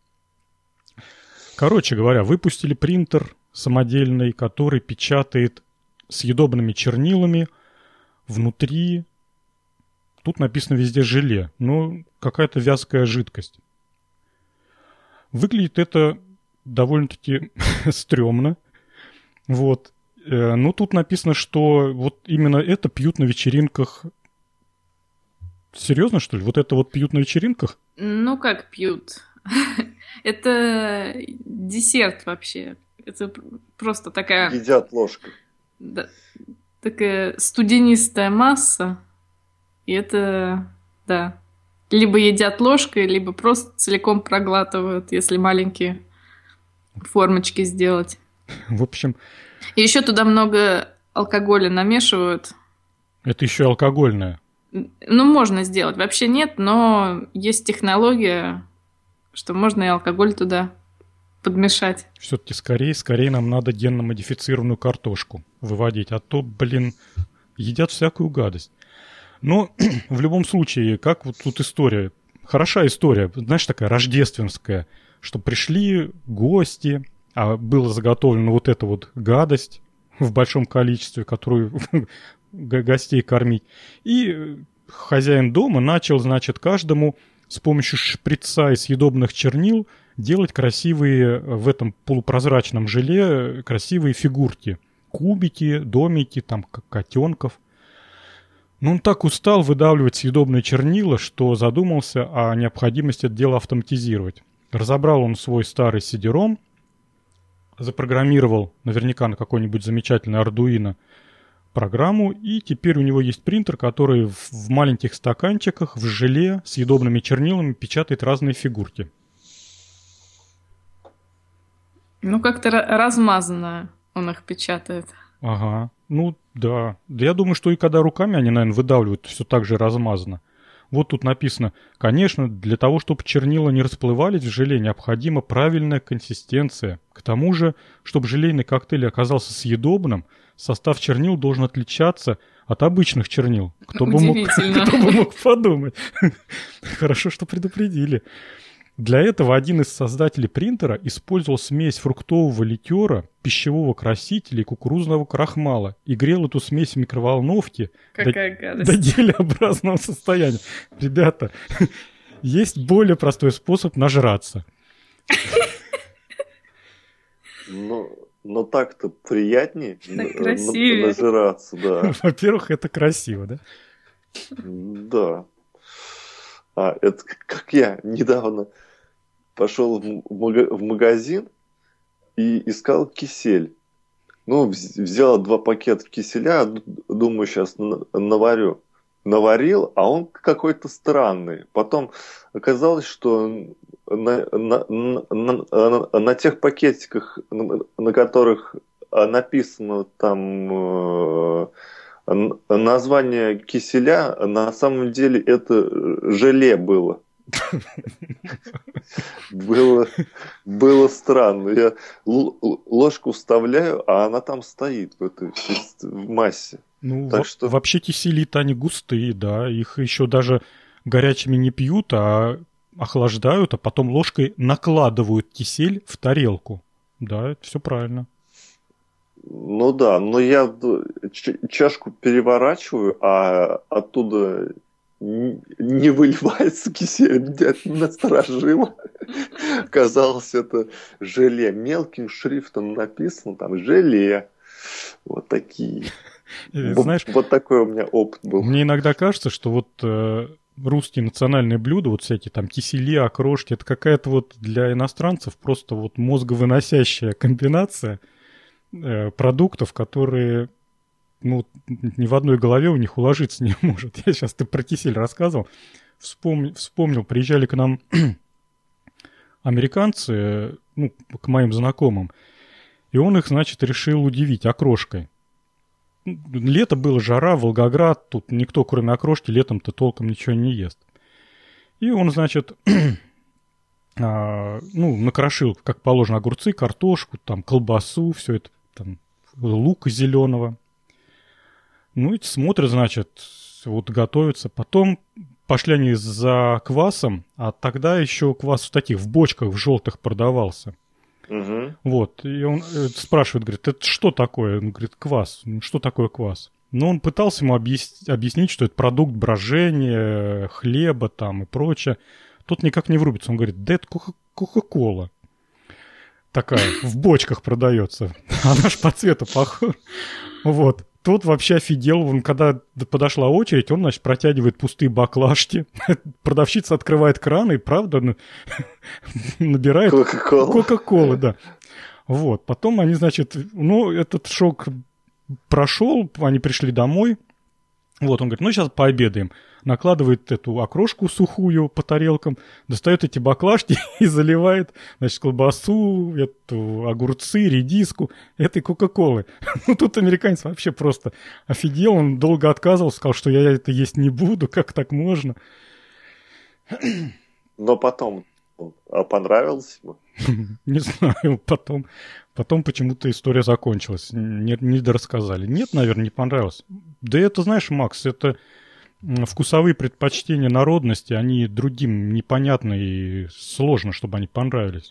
Короче говоря, выпустили принтер самодельный, который печатает съедобными чернилами внутри. Тут написано везде желе, но какая-то вязкая жидкость. Выглядит это довольно-таки стрёмно. Вот. Но тут написано, что вот именно это пьют на вечеринках. Серьезно, что ли? Вот это вот пьют на вечеринках? Ну, как пьют? Это десерт вообще. Это просто такая... Едят ложкой. Да, такая студенистая масса. И это, да, либо едят ложкой, либо просто целиком проглатывают, если маленькие формочки сделать. В общем... И еще туда много алкоголя намешивают. Это еще алкогольное? Ну, можно сделать. Вообще нет, но есть технология, что можно и алкоголь туда подмешать. Все-таки скорее нам надо генно-модифицированную картошку выводить, а то, едят всякую гадость. Но в любом случае, как вот тут история? Хороша история, знаешь, такая рождественская, что пришли гости, а было заготовлено вот эта вот гадость в большом количестве, которую гостей кормить. И хозяин дома начал, значит, каждому с помощью шприца и съедобных чернил делать красивые в этом полупрозрачном желе красивые фигурки. Кубики, домики, там котенков. Но он так устал выдавливать съедобные чернила, что задумался о необходимости это дело автоматизировать. Разобрал он свой старый CD-ROM, запрограммировал наверняка на какой-нибудь замечательный Arduino программу, и теперь у него есть принтер, который в маленьких стаканчиках в желе с съедобными чернилами печатает разные фигурки. Ну, как-то размазанно он их печатает. Ага, ну да. Да я думаю, что и когда руками они, наверное, выдавливают, все так же размазано. Вот тут написано: конечно, для того, чтобы чернила не расплывались в желе, необходима правильная консистенция. К тому же, чтобы желейный коктейль оказался съедобным, состав чернил должен отличаться от обычных чернил. Кто бы мог подумать. Хорошо, что предупредили. Для этого один из создателей принтера использовал смесь фруктового ликера, пищевого красителя и кукурузного крахмала и грел эту смесь в микроволновке до гелеобразного состояния. Ребята, есть более простой способ нажраться. Но так-то приятнее нажраться, да. Во-первых, это красиво, да? Да. Это как я недавно пошел в магазин и искал кисель. Ну, взял 2 пакета киселя, думаю, сейчас наварю. Наварил, а он какой-то странный. Потом оказалось, что на тех пакетиках, на которых написано там название киселя, на самом деле это желе было. Было странно. Я ложку вставляю, а она там стоит в этой массе. Ну, вообще кисели-то они густые, да. Их еще даже горячими не пьют, а охлаждают, а потом ложкой накладывают кисель в тарелку. Да, это все правильно. Ну да, но я чашку переворачиваю, а оттуда не выливается кисель. Меня насторожило. Казалось, это желе. Мелким шрифтом написано там желе. Вот такие. Знаешь, вот такой у меня опыт был. Мне иногда кажется, что вот русские национальные блюда, вот всякие там кисели, окрошки, это какая-то вот для иностранцев просто вот мозговыносящая комбинация продуктов, которые ну, ни в одной голове у них уложиться не может. Я сейчас, ты про кисель рассказывал, вспомнил, приезжали к нам американцы, ну, к моим знакомым, и он их, значит, решил удивить окрошкой. Лето было, жара, Волгоград, тут никто, кроме окрошки, летом-то толком ничего не ест. И он, значит, накрошил, как положено, огурцы, картошку, там, колбасу, все это, там, лука зеленого. Ну, и смотрят, значит, вот готовятся. Потом пошли они за квасом, а тогда еще квас в таких, в бочках, в желтых продавался. Угу. Вот, и он спрашивает, говорит, это что такое? Он говорит, квас. Что такое квас? Но он пытался ему объяснить, что это продукт брожения, хлеба там и прочее. Тот никак не врубится. Он говорит, да это Кока-Кола. Такая, в бочках продается. Она ж по цвету похожа. Вот. Тот вообще офигел. Он, когда подошла очередь, он, значит, протягивает пустые баклажки. Продавщица открывает кран и, правда, набирает Кока-Колы, да. Вот. Потом они, значит, ну, этот шок прошел, они пришли домой. Вот, он говорит, ну, сейчас пообедаем. Накладывает эту окрошку сухую по тарелкам, достает эти баклажки и заливает, значит, колбасу, эту, огурцы, редиску этой Кока-Колы. Ну, тут американец вообще просто офигел, он долго отказывался, сказал, что я это есть не буду, как так можно. Но потом понравилось ему? Не знаю, потом почему-то история закончилась, не дорассказали. Нет, наверное, не понравилось. Да это, знаешь, Макс, это вкусовые предпочтения народности, они другим непонятны и сложно, чтобы они понравились.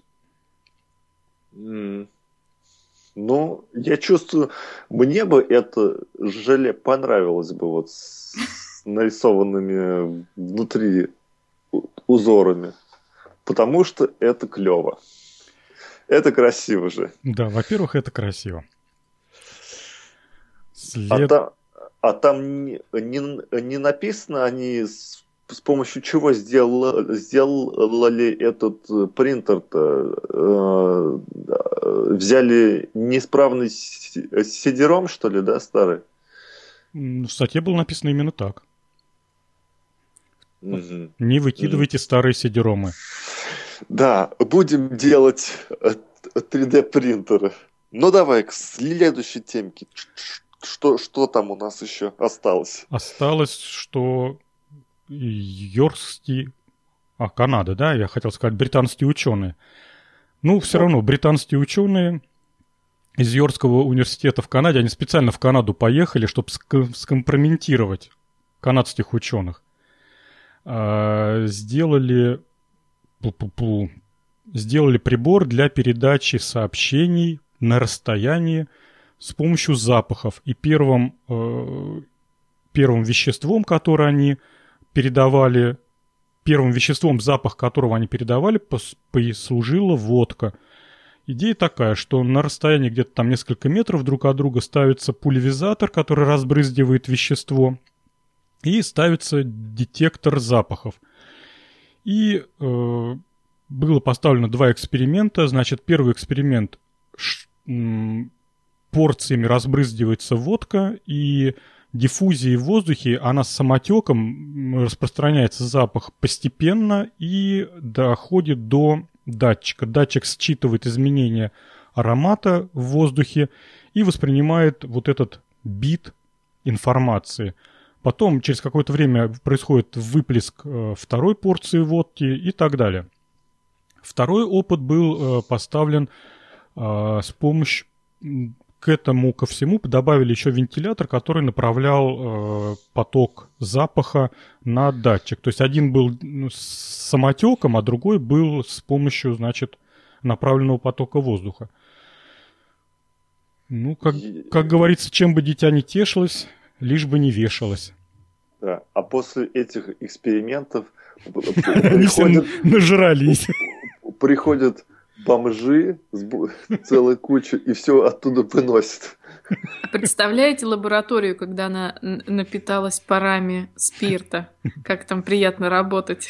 Ну, я чувствую, мне бы это желе понравилось бы вот с нарисованными внутри узорами, потому что это клево. Это красиво же. Да, во-первых, это красиво. А там не написано, они с помощью чего сделали этот принтер-то? Взяли неисправный CD-ROM, что ли, да, старый? В статье было написано именно так. Угу. Не выкидывайте старые CD-ROMы. Да, будем делать 3D-принтеры. Ну, давай к следующей темке. Что там у нас еще осталось? Осталось, что йоркские... Канада, да? Я хотел сказать, британские ученые. Ну, все равно, британские ученые из Йоркского университета в Канаде, они специально в Канаду поехали, чтобы скомпрометировать канадских ученых. Сделали прибор для передачи сообщений на расстоянии с помощью запахов. И первым веществом, которое они передавали, первым веществом, запах которого они передавали, послужила водка. Идея такая, что на расстоянии где-то там несколько метров друг от друга ставится пульверизатор, который разбрызгивает вещество, и ставится детектор запахов. И было поставлено 2 эксперимента. Значит, первый эксперимент порциями разбрызгивается водка, и диффузии в воздухе, она с самотеком, распространяется запах постепенно и доходит до датчика. Датчик считывает изменения аромата в воздухе и воспринимает вот этот бит информации. Потом через какое-то время происходит выплеск второй порции водки и так далее. Второй опыт был поставлен с помощью... К этому ко всему добавили еще вентилятор, который направлял поток запаха на датчик. То есть один был с самотеком, а другой был с помощью, значит, направленного потока воздуха. Ну, как говорится, чем бы дитя не тешилось, лишь бы не вешалось. Да, а после этих экспериментов они все нажрались. Приходят бомжи с целой кучей и все оттуда выносят. Представляете лабораторию, когда она напиталась парами спирта? Как там приятно работать.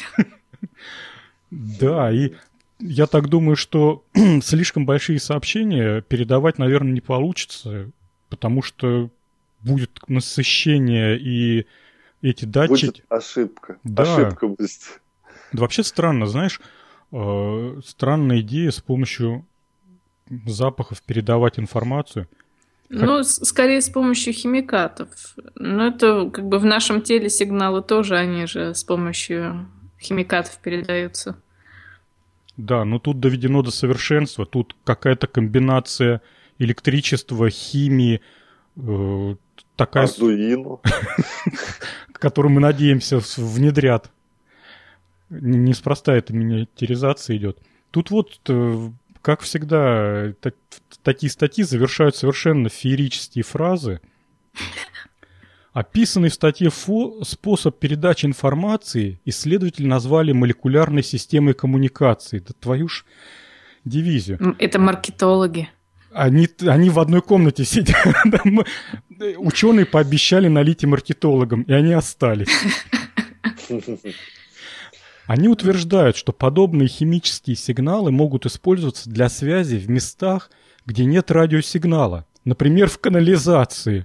Да, и я так думаю, что слишком большие сообщения передавать, наверное, не получится, потому что будет насыщение, и эти датчики... Будет ошибка. Да. Ошибка будет. Да, вообще странно, знаешь, странная идея с помощью запахов передавать информацию. Ну, скорее с помощью химикатов. Но это как бы в нашем теле сигналы тоже, они же с помощью химикатов передаются. Да, но тут доведено до совершенства. Тут какая-то комбинация электричества, химии, такая... Ардуино. Которую мы надеемся внедрят. Неспроста эта миниатюризация идет. Тут вот, как всегда, такие статьи завершают совершенно феерические фразы. Описанный в статье способ передачи информации исследователи назвали молекулярной системой коммуникации. Да твою ж дивизию. Это маркетологи. Они в одной комнате сидят. Ученые пообещали налить и маркетологам, и они остались. Они утверждают, что подобные химические сигналы могут использоваться для связи в местах, где нет радиосигнала. Например, в канализации.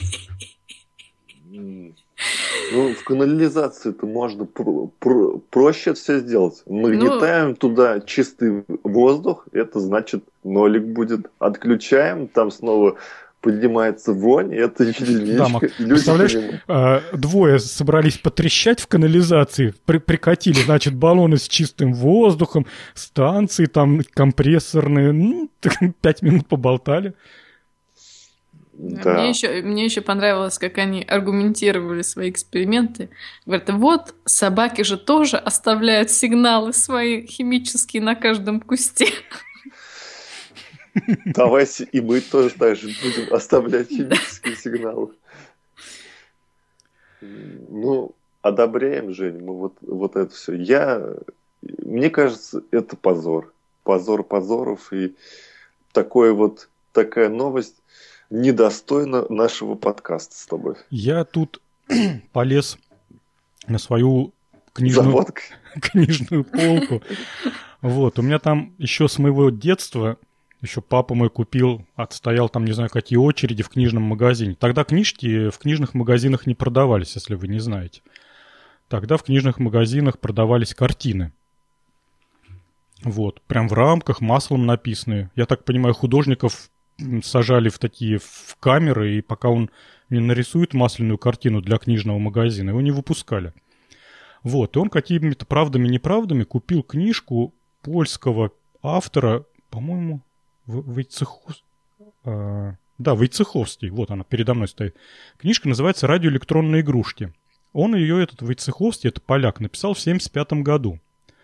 Ну, в канализации-то можно проще все сделать. Нагнетаем туда чистый воздух, это значит нолик будет. Отключаем, там снова поднимается вонь, это единичка. Да, представляешь, двое собрались потрещать в канализации, прикатили, значит, баллоны с чистым воздухом, станции там компрессорные, 5 минут поболтали. Да. Мне еще понравилось, как они аргументировали свои эксперименты. Говорят, вот собаки же тоже оставляют сигналы свои химические на каждом кусте. Давайте и мы тоже так же будем оставлять химические сигналы. Ну, одобряем, Жень, мы вот это все. Мне кажется, это позор. Позор позоров. И такая новость недостойна нашего подкаста с тобой. Я тут полез на свою книжную полку. Вот, у меня там еще с моего детства, еще папа мой купил, отстоял там не знаю какие очереди в книжном магазине. Тогда книжки в книжных магазинах не продавались, если вы не знаете. Тогда в книжных магазинах продавались картины. Вот, прям в рамках, маслом написанные. Я так понимаю, художников сажали в камеры, и пока он не нарисует масляную картину для книжного магазина, его не выпускали. Вот, и он какими-то правдами-неправдами купил книжку польского автора, по-моему, Войцеховский. Вот она передо мной стоит. Книжка называется «Радиоэлектронные игрушки». Он ее, этот Войцеховский, это поляк, написал в 1975 году.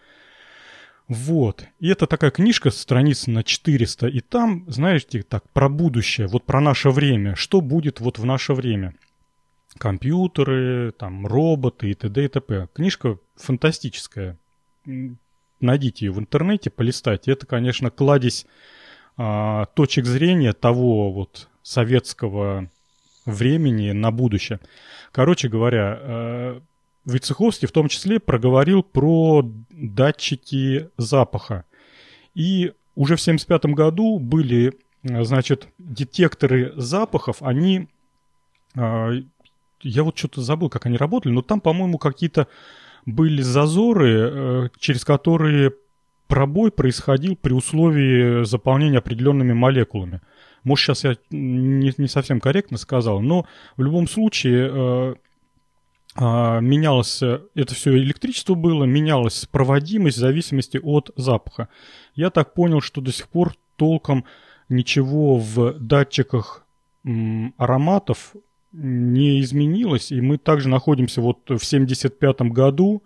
Вот. И это такая книжка, страниц на 400, и там, знаете, так, про будущее, вот про наше время, что будет вот в наше время. Компьютеры, там, роботы и т.д. и т.п. Книжка фантастическая. Найдите ее в интернете, полистайте. Это, конечно, кладезь точек зрения того вот советского времени на будущее. Короче говоря, Войцеховский в том числе проговорил про датчики запаха. И уже в 1975 году были, значит, детекторы запахов, они я вот что-то забыл, как они работали, но там, по-моему, какие-то были зазоры, через которые пробой происходил при условии заполнения определенными молекулами. Может, сейчас я не совсем корректно сказал, но в любом случае менялось это все электричество было, менялась проводимость в зависимости от запаха. Я так понял, что до сих пор толком ничего в датчиках ароматов не изменилось, и мы также находимся вот в 75-м году,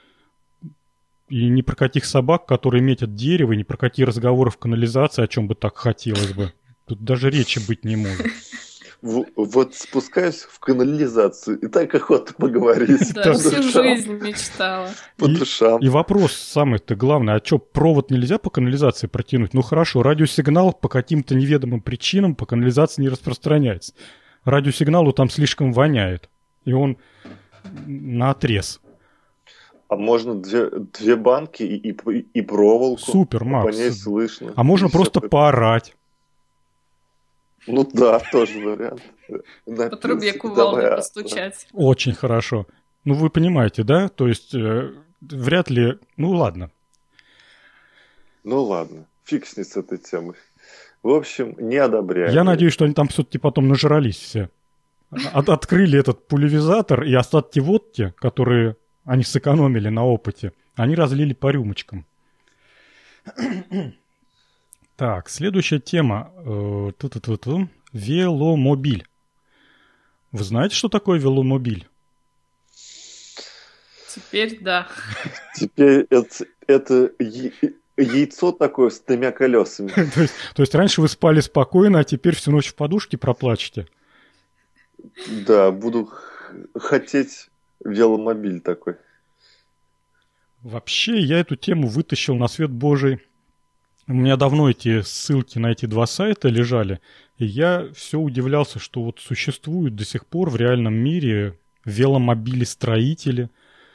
и ни про каких собак, которые метят дерево, и ни про какие разговоры в канализации, о чем бы так хотелось бы. Тут даже речи быть не может. Вот спускаюсь в канализацию, и так охота поговорить. Да, всю жизнь мечтала. По душам. И вопрос самый-то главный, а что, провод нельзя по канализации протянуть? Ну хорошо, радиосигнал по каким-то неведомым причинам по канализации не распространяется. Радиосигналу там слишком воняет, и он наотрез. А можно две банки и проволоку. Супер, Макс. По ней слышно. А можно просто поорать. Ну да, тоже вариант. По трубе кувалдой постучать. Очень хорошо. Ну вы понимаете, да? То есть вряд ли... Ну ладно. Ну ладно, фиг с ней с этой темой. В общем, не одобряю. Я надеюсь, что они там все-таки потом нажрались все. Открыли этот пульверизатор, и остатки водки, которые они сэкономили на опыте, они разлили по рюмочкам. Так, следующая тема. Веломобиль. Вы знаете, что такое веломобиль? Теперь да. Теперь это яйцо такое с 3 колесами. То есть раньше вы спали спокойно, а теперь всю ночь в подушке проплачете? Да, буду хотеть веломобиль такой. Вообще, я эту тему вытащил на свет Божий. У меня давно эти ссылки на эти два сайта лежали, и я все удивлялся, что вот существуют до сих пор в реальном мире веломобили-строители.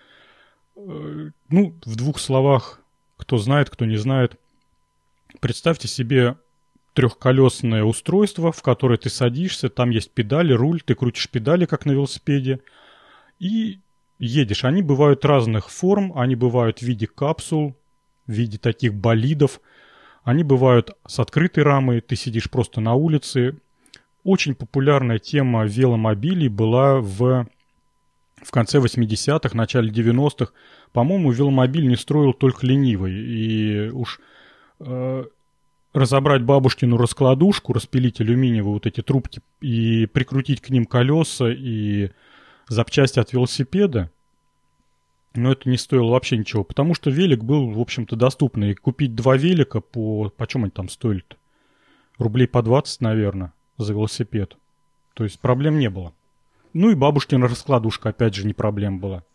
Ну, в 2 словах, кто знает, кто не знает. Представьте себе трехколесное устройство, в которое ты садишься, там есть педали, руль, ты крутишь педали, как на велосипеде, и едешь. Они бывают разных форм, они бывают в виде капсул, в виде таких болидов, они бывают с открытой рамой, ты сидишь просто на улице. Очень популярная тема веломобилей была в конце 80-х, начале 90-х. По-моему, веломобиль не строил только ленивый. И уж разобрать бабушкину раскладушку, распилить алюминиевые вот эти трубки и прикрутить к ним колеса и запчасти от велосипеда, но это не стоило вообще ничего, потому что велик был, в общем-то, доступный. И купить 2 велика почем они там стоили-то? Рублей по 20, наверное, за велосипед. То есть проблем не было. Ну и бабушкина раскладушка, опять же, не проблем была.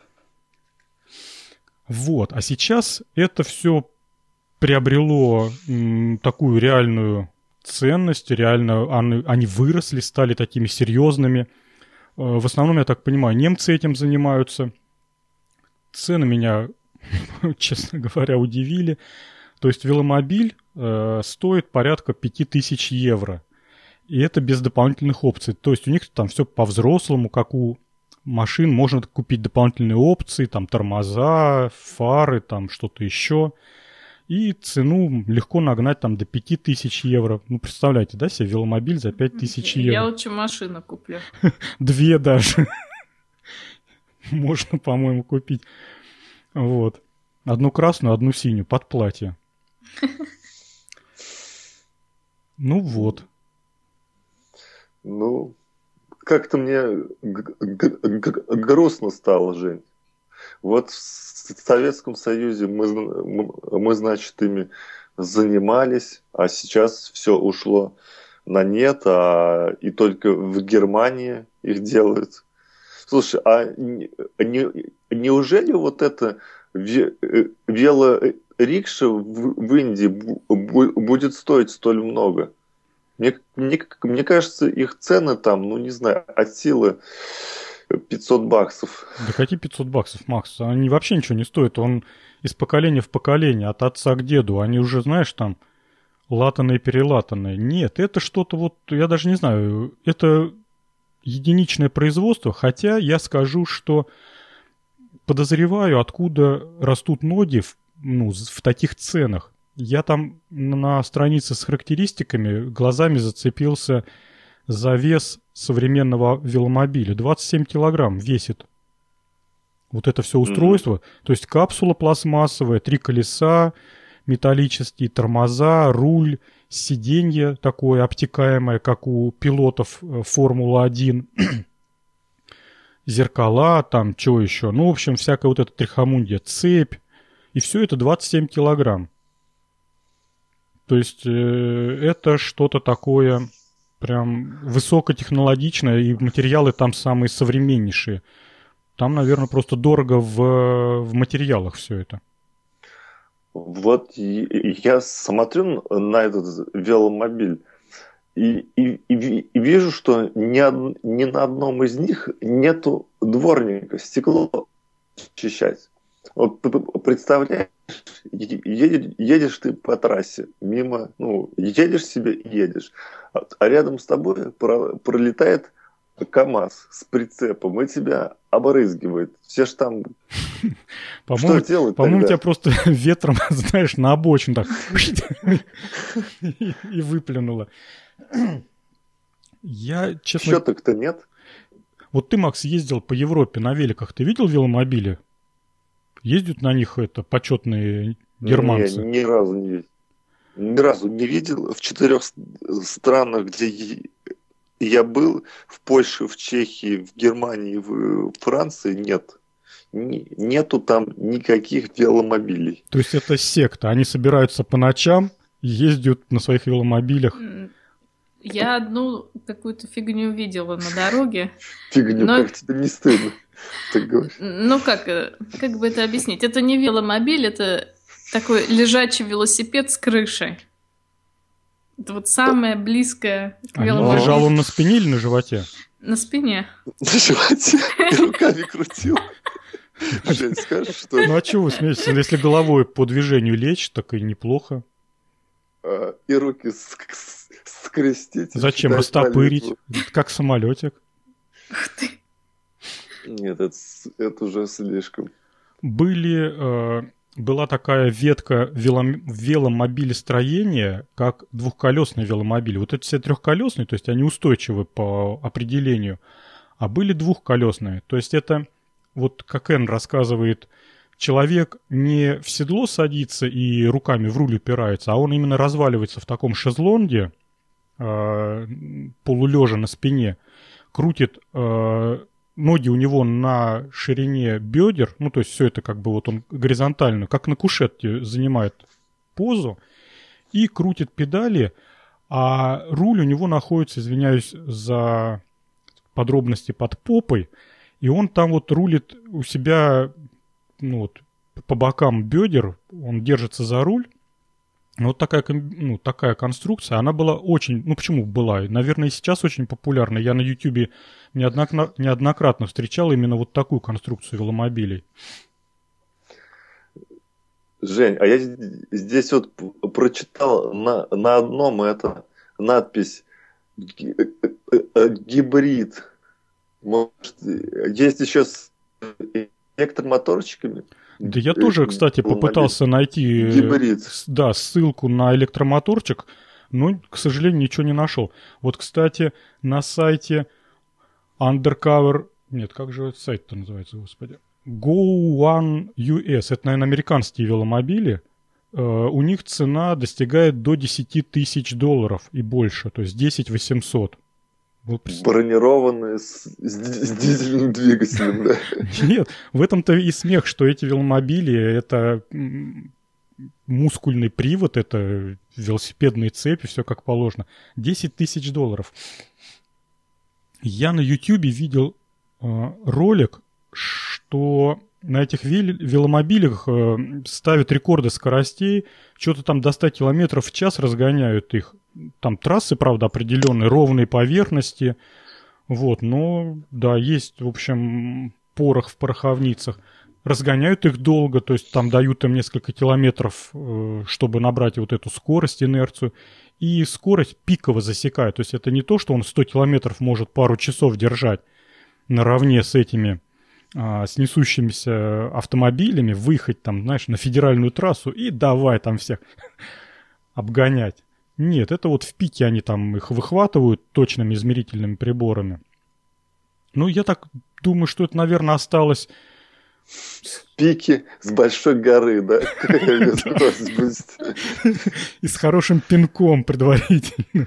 Вот, а сейчас это все приобрело такую реальную ценность, реально они выросли, стали такими серьезными. В основном, я так понимаю, немцы этим занимаются. Цены меня, честно говоря, удивили. То есть веломобиль стоит порядка 5000 евро. И это без дополнительных опций. То есть у них там все по-взрослому, как у машин. Можно купить дополнительные опции, там тормоза, фары, там что-то еще. И цену легко нагнать там до 5000 евро. Ну, представляете, да, себе веломобиль за 5000 евро. Я лучше машину куплю. 2 даже. Можно, по-моему, купить. Вот. 1 красную, 1 синюю под платье. Ну вот. Ну, как-то мне грустно стало, Жень. Вот в Советском Союзе мы, значит, ими занимались, а сейчас все ушло на нет, и только в Германии их делают. Слушай, а неужели вот это велорикша в Индии будет стоить столь много? Мне кажется, их цены там, ну не знаю, от силы $500. Да какие $500, Макс? Они вообще ничего не стоят. Он из поколения в поколение, от отца к деду. Они уже, знаешь, там латанные-перелатанные. Нет, это что-то вот, я даже не знаю, это единичное производство, хотя я скажу, что подозреваю, откуда растут ноги в таких ценах. Я там на странице с характеристиками глазами зацепился за вес современного веломобиля. 27 килограмм весит вот это все устройство. То есть капсула пластмассовая, 3 колеса металлические, тормоза, руль, сиденье такое обтекаемое, как у пилотов Формулы-1, зеркала, там, что еще. Ну, в общем, всякая вот эта трихомундия, цепь. И все это 27 килограмм. То есть это что-то такое прям высокотехнологичное, и материалы там самые современнейшие. Там, наверное, просто дорого в материалах все это. Вот я смотрю на этот веломобиль и вижу, что ни на одном из них нету дворника, стекло очищать. Вот представляешь, едешь ты по трассе мимо, едешь себе и едешь, а рядом с тобой пролетает КамАЗ с прицепом и тебя обрызгивает. Все ж там... Что делать? По-моему, тебя просто ветром, знаешь, на обочину так и выплюнуло. Я, честно... Щеток-то нет. Вот ты, Макс, ездил по Европе на великах. Ты видел веломобили? Ездят на них почетные германцы? Ни разу не видел. Ни разу не видел. В 4 странах, где я был, в Польше, в Чехии, в Германии, в Франции, нет. Нету там никаких веломобилей. То есть это секта. Они собираются по ночам, ездят на своих веломобилях. Я одну какую-то фигню видела на дороге. Фигню, как тебе не стыдно? Ну как бы это объяснить? Это не веломобиль, это такой лежачий велосипед с крышей. Это вот самое близкое к веломобилю. Лежал он на спине или на животе? На спине. На животе? И руками крутил. Жень, скажешь, что... Ну а чего вы смеетесь? Если головой по движению лечь, так и неплохо. И руки скрестить. Зачем? Растопырить, как самолетик. Ух ты. Нет, это уже слишком. Была такая ветка веломобилестроения, как двухколесный веломобиль. Вот это все трехколесные, то есть они устойчивы по определению. А были двухколесные. То есть это, вот как Энн рассказывает, человек не в седло садится и руками в руль упирается, а он именно разваливается в таком шезлонге, полулежа на спине, крутит ноги у него на ширине бедер, ну, то есть все это как бы вот он горизонтально, как на кушетке занимает позу, и крутит педали, а руль у него находится, извиняюсь за подробности, под попой, и он там вот рулит у себя, ну, вот, по бокам бедер, он держится за руль. Вот такая конструкция, она была очень, почему была? Наверное, и сейчас очень популярна. Я на YouTube неоднократно встречал именно вот такую конструкцию веломобилей. Жень, а я здесь вот прочитал на одном это надпись гибрид. Может, есть еще с электромоторчиками? Да я тоже, кстати, попытался найти ссылку на электромоторчик, но, к сожалению, ничего не нашел. Вот, кстати, на сайте Undercover... Нет, как же этот сайт-то называется, господи? Go One US. Это, наверное, американские веломобили. У них цена достигает до $10 тысяч и больше, то есть 10 800. Бронированные с дизельным двигателем, да? Нет, в этом-то и смех, что эти веломобили — это мускульный привод, это велосипедные цепи, все как положено. $10 тысяч. Я на YouTube видел ролик, что на этих веломобилях ставят рекорды скоростей, что-то там до 100 км в час разгоняют их. Там трассы, правда, определенные, ровные поверхности. Вот, но, да, есть, в общем, порох в пороховницах. Разгоняют их долго, то есть там дают им несколько километров, чтобы набрать вот эту скорость, инерцию. и скорость пиково засекает. То есть это не то, что он 100 километров может пару часов держать наравне с этими, с несущимися автомобилями, выехать там, знаешь, на федеральную трассу и давай там всех обгонять. Нет, это вот в пике они там их выхватывают точными измерительными приборами. Ну, я так думаю, что это, наверное, осталось... Пики с большой горы, да? И с хорошим пинком предварительно.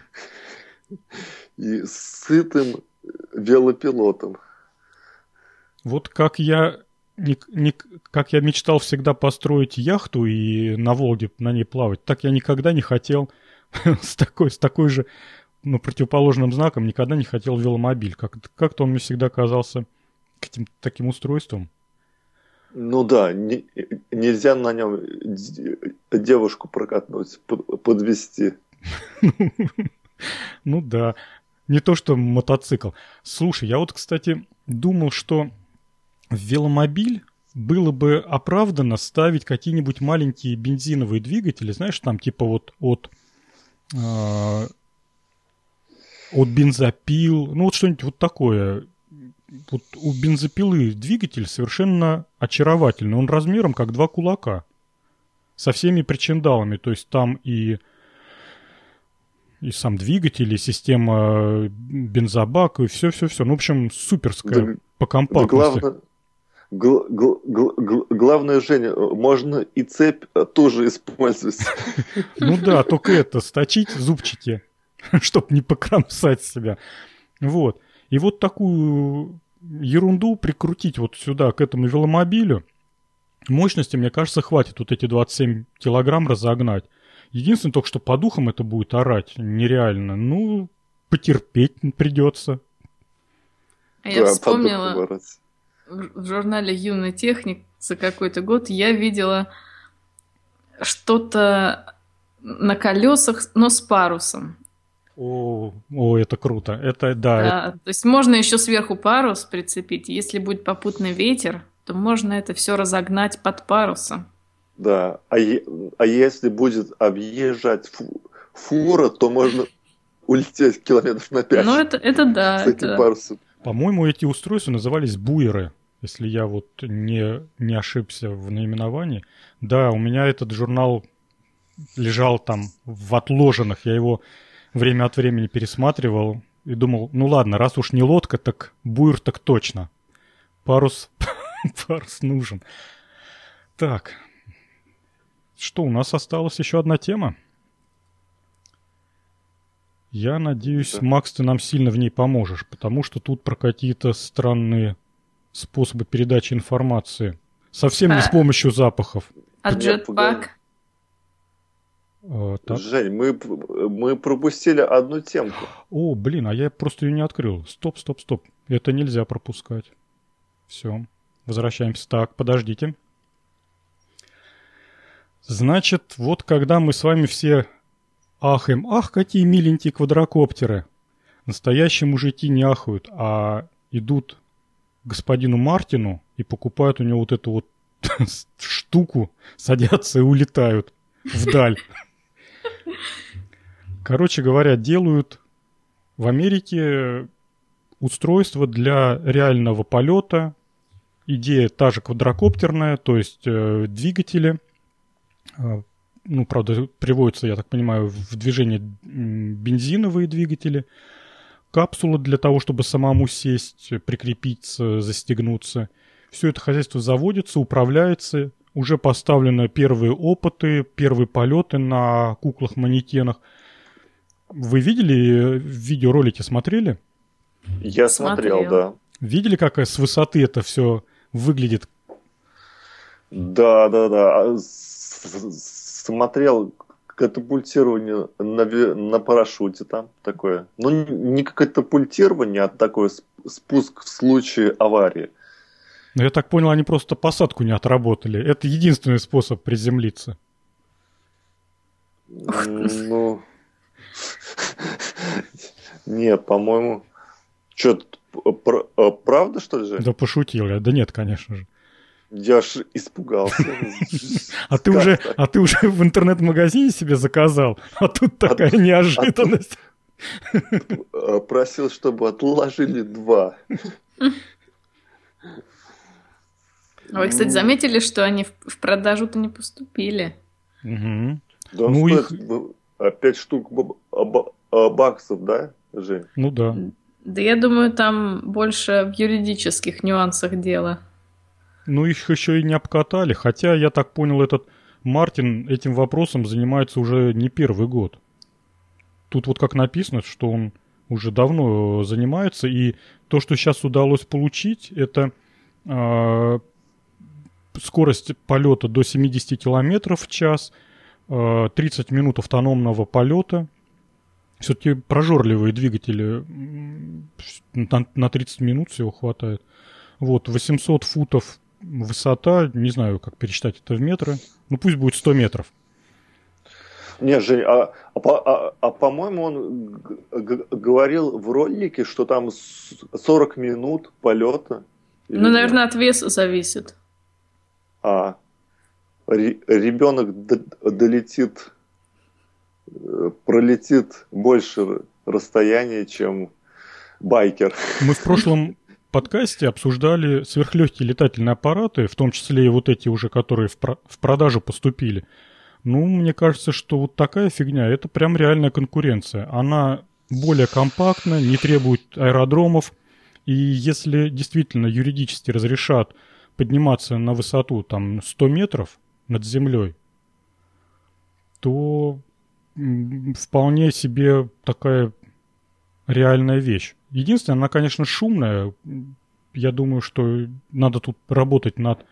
И сытым велопилотом. Вот как я мечтал всегда построить яхту и на Волге на ней плавать, так я никогда не хотел с такой же, ну, противоположным знаком, никогда не хотел веломобиль. Как-то он мне всегда казался каким-то таким устройством. Ну да, нельзя на нем девушку прокатнуть, подвезти. Ну да, не то что мотоцикл. Слушай, я вот, кстати, думал, что в веломобиль было бы оправданно ставить какие-нибудь маленькие бензиновые двигатели, знаешь, там типа вот от бензопил, ну вот что-нибудь вот такое. Вот у бензопилы двигатель совершенно очаровательный. Он размером как 2 кулака. Со всеми причиндалами. То есть там и сам двигатель, и система бензобака, и все-все-все. Ну, в общем, суперская, да, по компактности. Главное, Женя, можно и цепь тоже использовать. Ну да, только это, сточить зубчики, чтобы не покромсать себя. Вот. И вот такую ерунду прикрутить вот сюда, к этому веломобилю, мощности, мне кажется, хватит вот эти 27 килограмм разогнать. Единственное, только что по духам это будет орать нереально. Ну, потерпеть придется. А я вспомнила, в журнале «Юный техник» за какой-то год я видела что-то на колесах, но с парусом. О, это круто. Это, да. То есть можно еще сверху парус прицепить. Если будет попутный ветер, то можно это все разогнать под парусом. Да. А если будет объезжать фура, то можно улететь километров на 5. Ну, это да. С этим парусом. По-моему, эти устройства назывались буеры, если я вот не ошибся в наименовании. Да, у меня этот журнал лежал там в отложенных. Я его время от времени пересматривал и думал, ну ладно, раз уж не лодка, так буер так точно. Парус нужен. Так, что, у нас осталась еще одна тема? Я надеюсь, Макс, ты нам сильно в ней поможешь, потому что тут про какие-то странные способы передачи информации. Совсем не с помощью запахов. А джетпак? Жень, мы пропустили одну темку. О, блин, а я просто ее не открыл. Стоп. Это нельзя пропускать. Все, возвращаемся. Так, подождите. Значит, вот когда мы с вами все ахаем, ах, какие миленькие квадрокоптеры. Настоящие мужики не ахают, а идут к господину Мартину и покупают у него вот эту вот штуку, садятся и улетают вдаль. Короче говоря, делают в Америке устройство для реального полета. Идея та же квадрокоптерная, то есть двигатели. Ну, правда, приводятся, я так понимаю, в движение бензиновые двигатели. Капсула для того, чтобы самому сесть, прикрепиться, застегнуться. Все это хозяйство заводится, управляется. Уже поставлены первые опыты, первые полеты на куклах-манекенах. Вы видели видеоролики, смотрели? Я смотрел, да. Видели, как с высоты это все выглядит? Да. Смотрел катапультирование на парашюте там такое. Ну, не катапультирование, а такой спуск в случае аварии. Но я так понял, они просто посадку не отработали. Это единственный способ приземлиться. Ну... Нет, по-моему... Что, правда, что ли, же? Да пошутил я. Да нет, конечно же. Я ж испугался. А ты уже в интернет-магазине себе заказал, а тут такая неожиданность. Просил, чтобы отложили 2. А вы, кстати, заметили, что они в продажу-то не поступили? Угу. Да, ну, стоит 5 штук баксов, да, Жень? Ну да. Да я думаю, там больше в юридических нюансах дело. Ну, их еще и не обкатали, хотя, я так понял, этот Мартин этим вопросом занимается уже не первый год. Тут вот как написано, что он уже давно занимается, и то, что сейчас удалось получить, это скорость полета до 70 км в час, 30 минут автономного полета. Все-таки прожорливые двигатели на 30 минут всего хватает. Вот, 800 футов высота, не знаю, как пересчитать это в метры. Ну, пусть будет 100 метров. Не, Жень, по-моему, он говорил в ролике, что там 40 минут полета. Ну, наверное, от веса зависит. Ребенок пролетит больше расстояния, чем байкер. Мы в прошлом подкасте обсуждали сверхлегкие летательные аппараты, в том числе и вот эти уже, которые в продажу поступили. Ну, мне кажется, что вот такая фигня, это прям реальная конкуренция. Она более компактна, не требует аэродромов, и если действительно юридически разрешат подниматься на высоту там 100 метров над землей, то вполне себе такая реальная вещь. Единственное, она, конечно, шумная. Я думаю, что надо тут работать над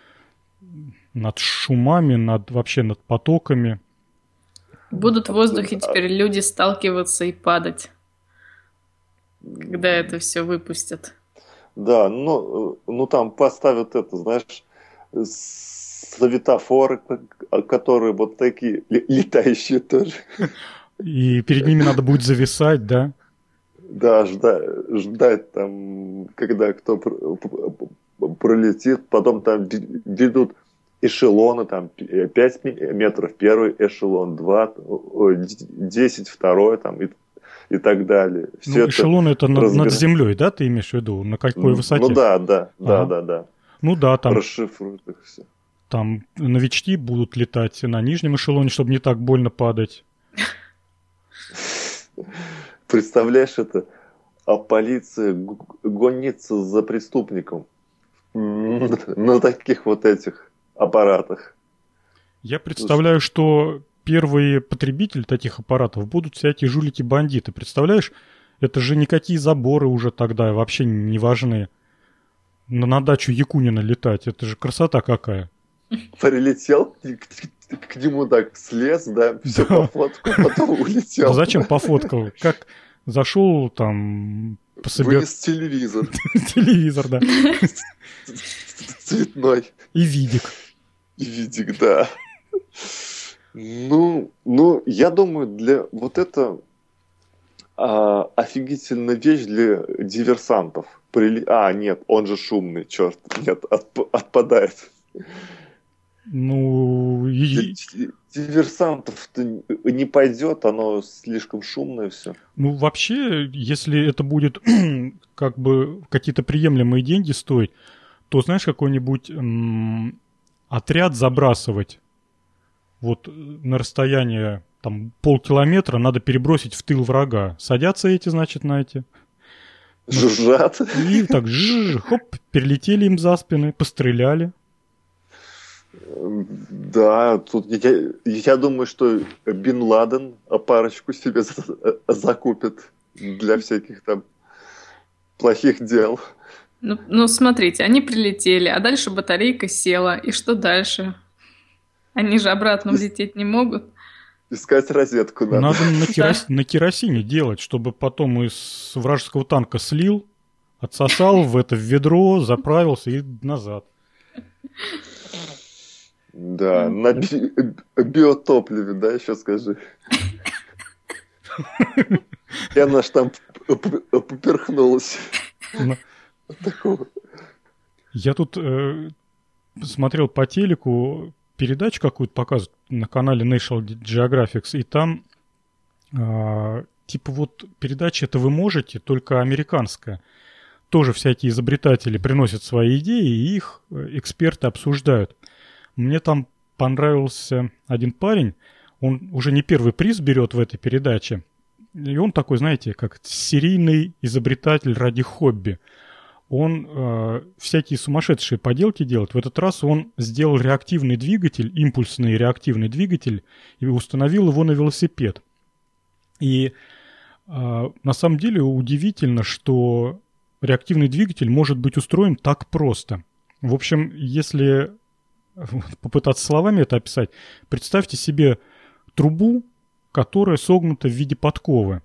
шумами, вообще над потоками. Будут в воздухе теперь люди сталкиваться и падать, когда это все выпустят. Да, ну там поставят это, знаешь, светофоры, которые вот такие летающие тоже. И перед ними надо будет зависать, да? Да, ждать там, когда кто пролетит. Потом там ведут эшелоны, там 5 метров первый эшелон, 2, 10 второй, там и так далее. Ну, эшелоны это над землей, да, ты имеешь в виду? На какой высоте? Ну да. Ну да, там... Расшифруют их все. Там новички будут летать на нижнем эшелоне, чтобы не так больно падать. Представляешь это? А полиция гонится за преступником на таких вот этих аппаратах. Я представляю, что первые потребители таких аппаратов будут всякие жулики-бандиты. Представляешь, это же никакие заборы уже тогда вообще не важны. На дачу Якунина летать, это же красота какая. Прилетел к нему так, слез, да, все пофоткал, потом улетел. Да зачем пофоткал? Как зашел там... Вынес телевизор. Телевизор, да. Цветной. И видик. Да. Ну, я думаю, для вот это офигительная вещь для диверсантов. Нет, он же шумный, черт, нет, отпадает. Ну, диверсантов-то не пойдет, оно слишком шумное все. Ну, вообще, если это будет как бы какие-то приемлемые деньги стоить, то, знаешь, какой-нибудь отряд забрасывать вот на расстояние там полкилометра надо перебросить в тыл врага. Садятся эти, значит, на эти. Жужжат. И так хоп, перелетели им за спины, постреляли. Да, тут я думаю, что Бин Ладен парочку себе закупит для всяких там плохих дел. Ну, смотрите, они прилетели, а дальше батарейка села. И что дальше? Они же обратно улететь не могут. Искать розетку надо. Надо на керосине делать, чтобы потом из вражеского танка слил, отсосал в это ведро, заправился и назад. Да, на биотопливе, да, еще скажи. Я наш там поперхнулась. Я тут смотрел по телеку передачу какую-то показывают на канале National Geographic, и там типа вот передача «Это вы можете», только американская. Тоже всякие изобретатели приносят свои идеи, и их эксперты обсуждают. Мне там понравился один парень, он уже не первый приз берет в этой передаче, и он такой, знаете, как серийный изобретатель ради хобби. Он всякие сумасшедшие поделки делает. В этот раз он сделал реактивный двигатель, импульсный реактивный двигатель, и установил его на велосипед. И на самом деле удивительно, что реактивный двигатель может быть устроен так просто. В общем, если попытаться словами это описать, представьте себе трубу, которая согнута в виде подковы.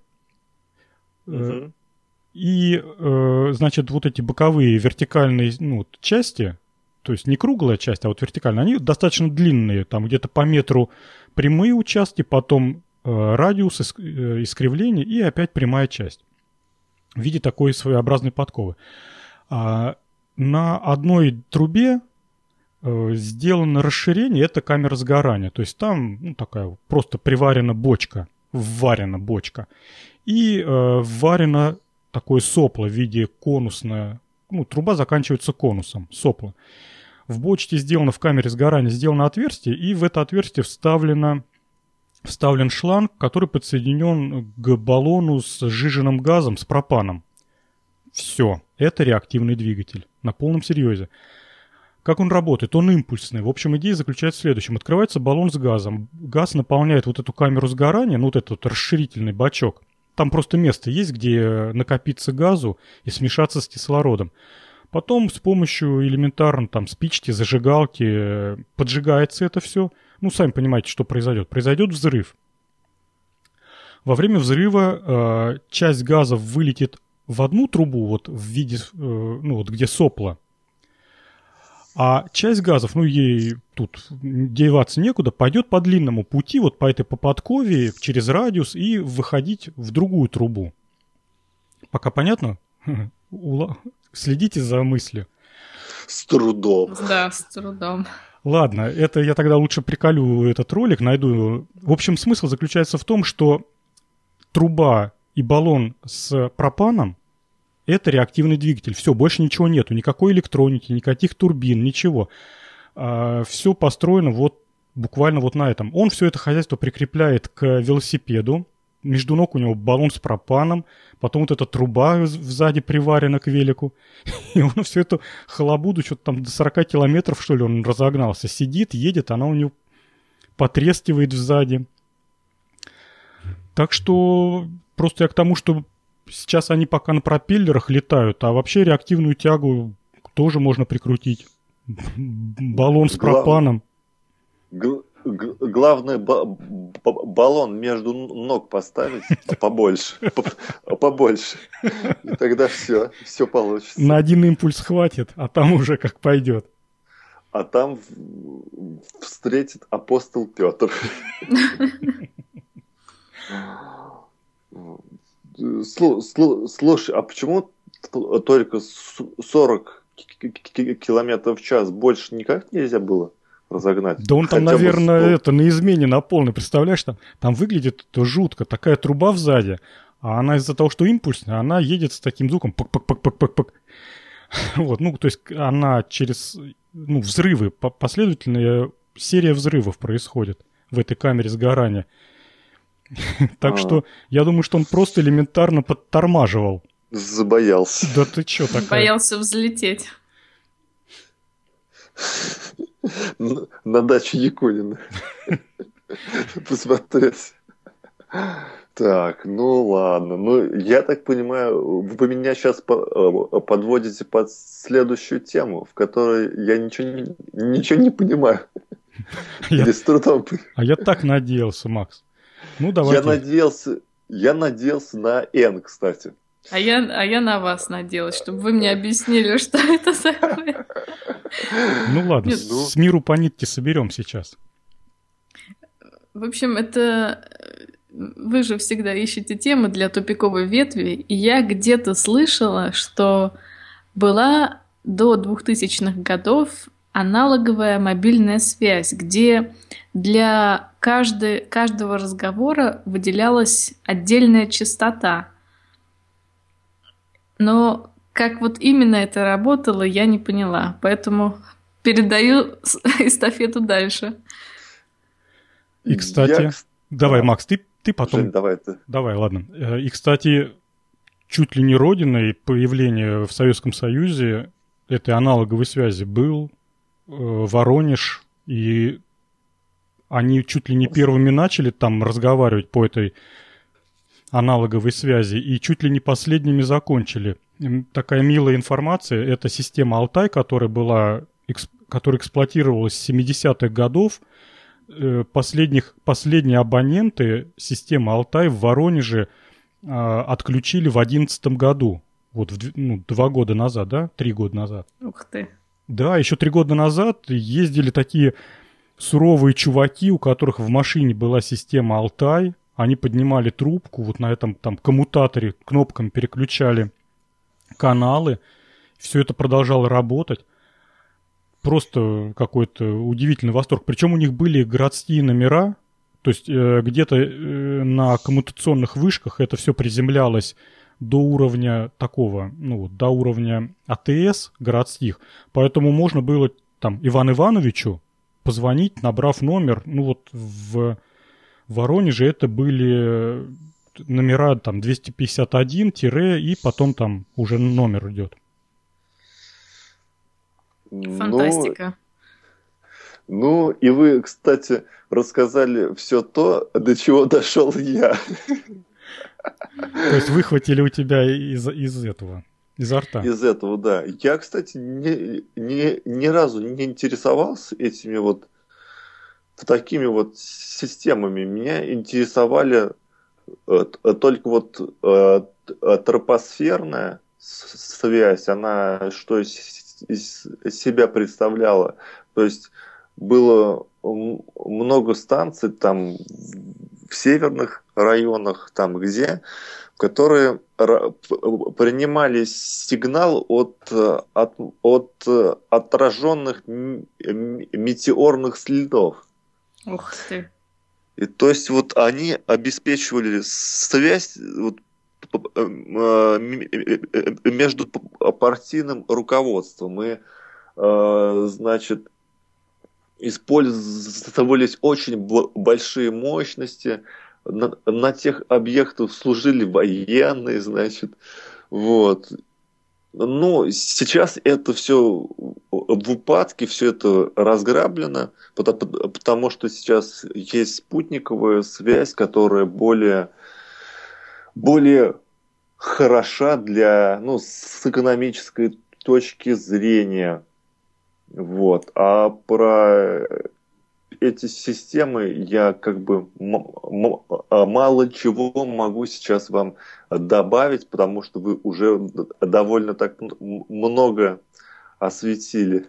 Угу. И, значит, вот эти боковые вертикальные части, то есть не круглая часть, а вот вертикальная, они достаточно длинные, там где-то по метру прямые участки, потом радиус искривления и опять прямая часть в виде такой своеобразной подковы. На одной трубе сделано расширение, это камера сгорания, то есть там такая просто приварена бочка, вварена бочка, и вварено такое сопло в виде конусное, труба заканчивается конусом, сопло. В бочке сделано, в камере сгорания сделано отверстие, и в это отверстие вставлен шланг, который подсоединен к баллону с сжиженным газом, с пропаном. Все, это реактивный двигатель, на полном серьезе. Как он работает? Он импульсный. В общем, идея заключается в следующем. Открывается баллон с газом. Газ наполняет вот эту камеру сгорания, вот этот расширительный бачок. Там просто место есть, где накопиться газу и смешаться с кислородом. Потом с помощью элементарно спички, зажигалки поджигается это все. Сами понимаете, что произойдет. Произойдет взрыв. Во время взрыва часть газов вылетит в одну трубу, вот в виде, вот где сопло. А часть газов, ей тут деваться некуда, пойдет по длинному пути, вот по этой подкове, через радиус и выходить в другую трубу. Пока понятно? Следите за мыслью. С трудом. Да, с трудом. Ладно, это я тогда лучше приколю этот ролик, найду. В общем, смысл заключается в том, что труба и баллон с пропаном — это реактивный двигатель. Все, больше ничего нету, никакой электроники, никаких турбин, ничего. Все построено вот буквально вот на этом. Он все это хозяйство прикрепляет к велосипеду. Между ног у него баллон с пропаном, потом вот эта труба сзади приварена к велику. И он всю эту халабуду, что-то там до 40 километров, что ли, он разогнался. Сидит, едет, она у него потрескивает сзади. Так что просто я к тому, что сейчас они пока на пропеллерах летают, а вообще реактивную тягу тоже можно прикрутить. Баллон с пропаном. Главное, баллон между ног поставить побольше. Побольше. И тогда все получится. На один импульс хватит, а там уже как пойдет. А там встретит апостол Петр. Слушай, а почему только 40 километров в час? Больше никак нельзя было разогнать? Да он там, наверное, на измене на полной. Представляешь, там выглядит это жутко. Такая труба сзади, а она из-за того, что импульсная, она едет с таким звуком пак-пак-пак-пак-пак. Вот, то есть она через взрывы, последовательная серия взрывов происходит в этой камере сгорания. Так что я думаю, что он просто элементарно подтормаживал. Забоялся. Да ты чё такая? Боялся взлететь. На даче Якунина. Посмотреть. Так, ладно. Я так понимаю, вы меня сейчас подводите под следующую тему, в которой я ничего не понимаю. Или с трудом. А я так надеялся, Макс. Давайте. Я надеялся на N, кстати. А я на вас надеялась, чтобы вы мне объяснили, что это такое. Ладно, с миру по нитке соберем сейчас. В общем, это... Вы же всегда ищете темы для тупиковой ветви, и я где-то слышала, что была до 2000-х годов аналоговая мобильная связь, где для каждого разговора выделялась отдельная частота. Но как вот именно это работало, я не поняла. Поэтому передаю эстафету дальше. И, кстати... Давай, Макс, ты потом... Жень, давай ты. Давай, ладно. И, кстати, чуть ли не родиной появления в Советском Союзе этой аналоговой связи был Воронеж, и они чуть ли не первыми начали там разговаривать по этой аналоговой связи, и чуть ли не последними закончили. Такая милая информация, это система Алтай, которая эксплуатировалась с 70-х годов. Последние абоненты системы Алтай в Воронеже отключили в 2011 году. Вот 2 года назад, да? 3 года назад. Ух ты. Да, еще 3 года назад ездили такие суровые чуваки, у которых в машине была система Алтай. Они поднимали трубку, вот на этом там коммутаторе кнопками переключали каналы. Все это продолжало работать. Просто какой-то удивительный восторг. Причем у них были городские номера, то есть где-то на коммутационных вышках это все приземлялось до уровня такого, до уровня АТС городских. Поэтому можно было там Ивану Ивановичу позвонить, набрав номер. В Воронеже это были номера там 251 и потом там уже номер идет. Фантастика. И вы, кстати, рассказали все то, до чего дошел я. То есть выхватили у тебя изо рта. Из этого, да. Я, кстати, ни разу не интересовался этими вот такими вот системами. Меня интересовали только вот тропосферная связь, она что из себя представляла. То есть было много станций там в северных районах, там где, которые принимали сигнал от отраженных метеорных следов. Ух ты. И то есть вот они обеспечивали связь между партийным руководством и, значит, использовались очень большие мощности, на тех объектах служили военные, значит, вот. Сейчас это все в упадке, все это разграблено, потому что сейчас есть спутниковая связь, которая более хороша с экономической точки зрения. Вот. А про эти системы я как бы мало чего могу сейчас вам добавить, потому что вы уже довольно так много осветили.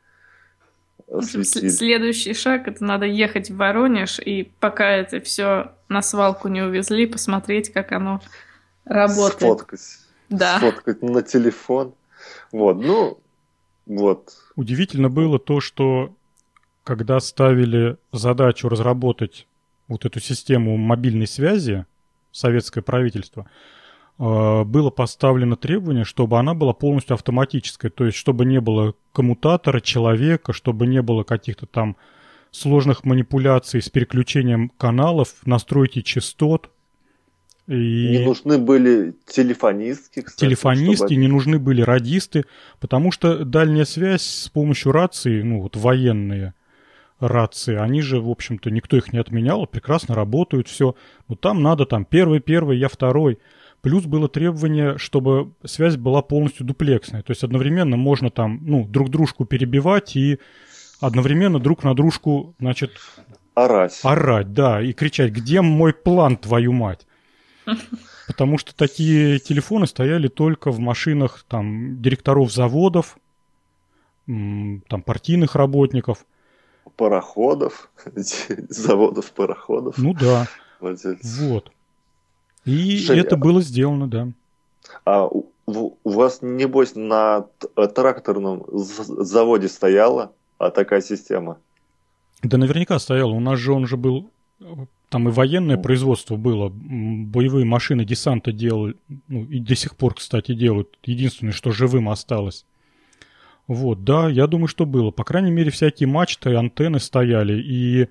Следующий шаг — это надо ехать в Воронеж, и пока это все на свалку не увезли, посмотреть, как оно работает. Сфоткать на телефон. Вот. Удивительно было то, что когда ставили задачу разработать вот эту систему мобильной связи, советское правительство, было поставлено требование, чтобы она была полностью автоматической, то есть чтобы не было коммутатора, человека, чтобы не было каких-то там сложных манипуляций с переключением каналов, настройки частот. Не нужны были телефонистки, кстати. Телефонистки, не нужны были радисты, потому что дальняя связь с помощью рации, военные рации, они же, в общем-то, никто их не отменял, прекрасно работают, все. Но там надо первый, я второй. Плюс было требование, чтобы связь была полностью дуплексная. То есть одновременно можно друг дружку перебивать и одновременно друг на дружку, значит... Орать, да, и кричать: где мой план, твою мать? Потому что такие телефоны стояли только в машинах директоров заводов, партийных работников. Пароходов, заводов пароходов. Да. Вот. И это было сделано, да. А у вас, небось, на тракторном заводе стояло такая система? Да наверняка стояла. У нас же он же был... Там и военное производство было. Боевые машины десанта делали. Ну, и до сих пор, кстати, делают. Единственное, что живым осталось. Вот, да, я думаю, что было. По крайней мере, всякие мачты, антенны стояли. И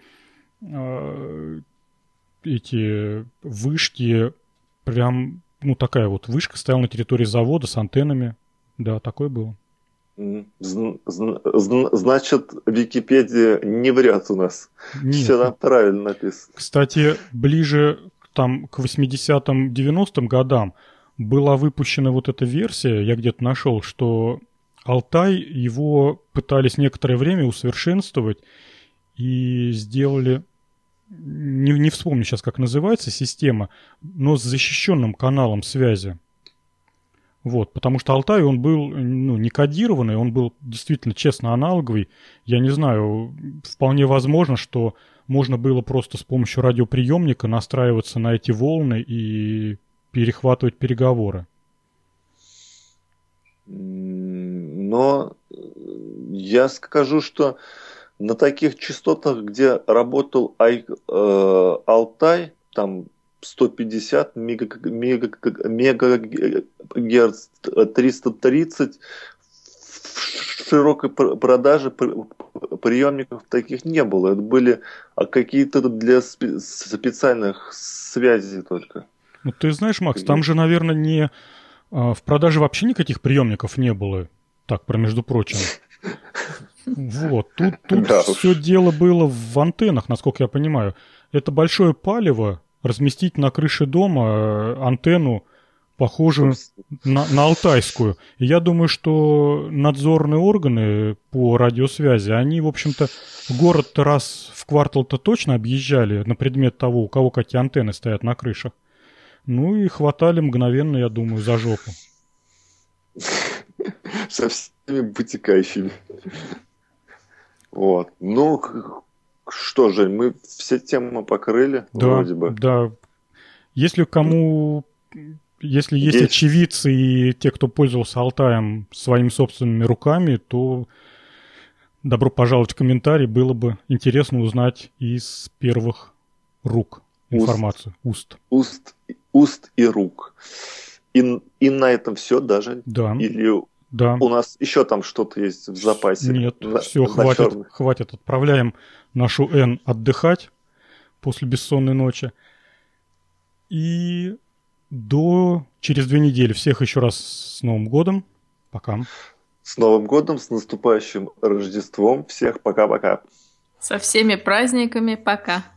эти вышки прям... Ну, такая вот вышка стояла на территории завода с антеннами. Да, такое было. Значит, Википедия не врет у нас. Нет. Все там правильно написано. Кстати, ближе там, к 80-м, 90-м годам была выпущена вот эта версия, я где-то нашел, что Алтай, его пытались некоторое время усовершенствовать и сделали, не вспомню сейчас, как называется система, но с защищенным каналом связи. Вот, потому что Алтай, он был не кодированный, он был действительно честно аналоговый. Я не знаю, вполне возможно, что можно было просто с помощью радиоприемника настраиваться на эти волны и перехватывать переговоры. Но я скажу, что на таких частотах, где работал Алтай, там 150 мегагерц, 330, в широкой продаже приемников таких не было. Это были какие-то для специальных связей только. Ну, ты знаешь, Макс, там же, наверное, в продаже вообще никаких приемников не было. Так, между прочим. Вот, тут да все дело было в антеннах, насколько я понимаю. Это большое палево. Разместить на крыше дома антенну, похожую на алтайскую. И я думаю, что надзорные органы по радиосвязи, они, в общем-то, город раз в квартал-то точно объезжали на предмет того, у кого какие антенны стоят на крышах. Ну и хватали мгновенно, я думаю, за жопу. Со всеми вытекающими. Вот. Ну... Что же, мы все темы покрыли, да, вроде бы. Да. Если есть очевидцы и те, кто пользовался Алтаем своими собственными руками, то добро пожаловать в комментарии. Было бы интересно узнать из первых рук информацию. Уст и рук. И на этом все даже? Да. Или да. У нас еще там что-то есть в запасе? Нет, все, хватит. Отправляем нашу Н отдыхать после бессонной ночи. И через 2 недели. Всех еще раз с Новым годом. Пока. С Новым годом, с наступающим Рождеством. Всех пока-пока. Со всеми праздниками. Пока.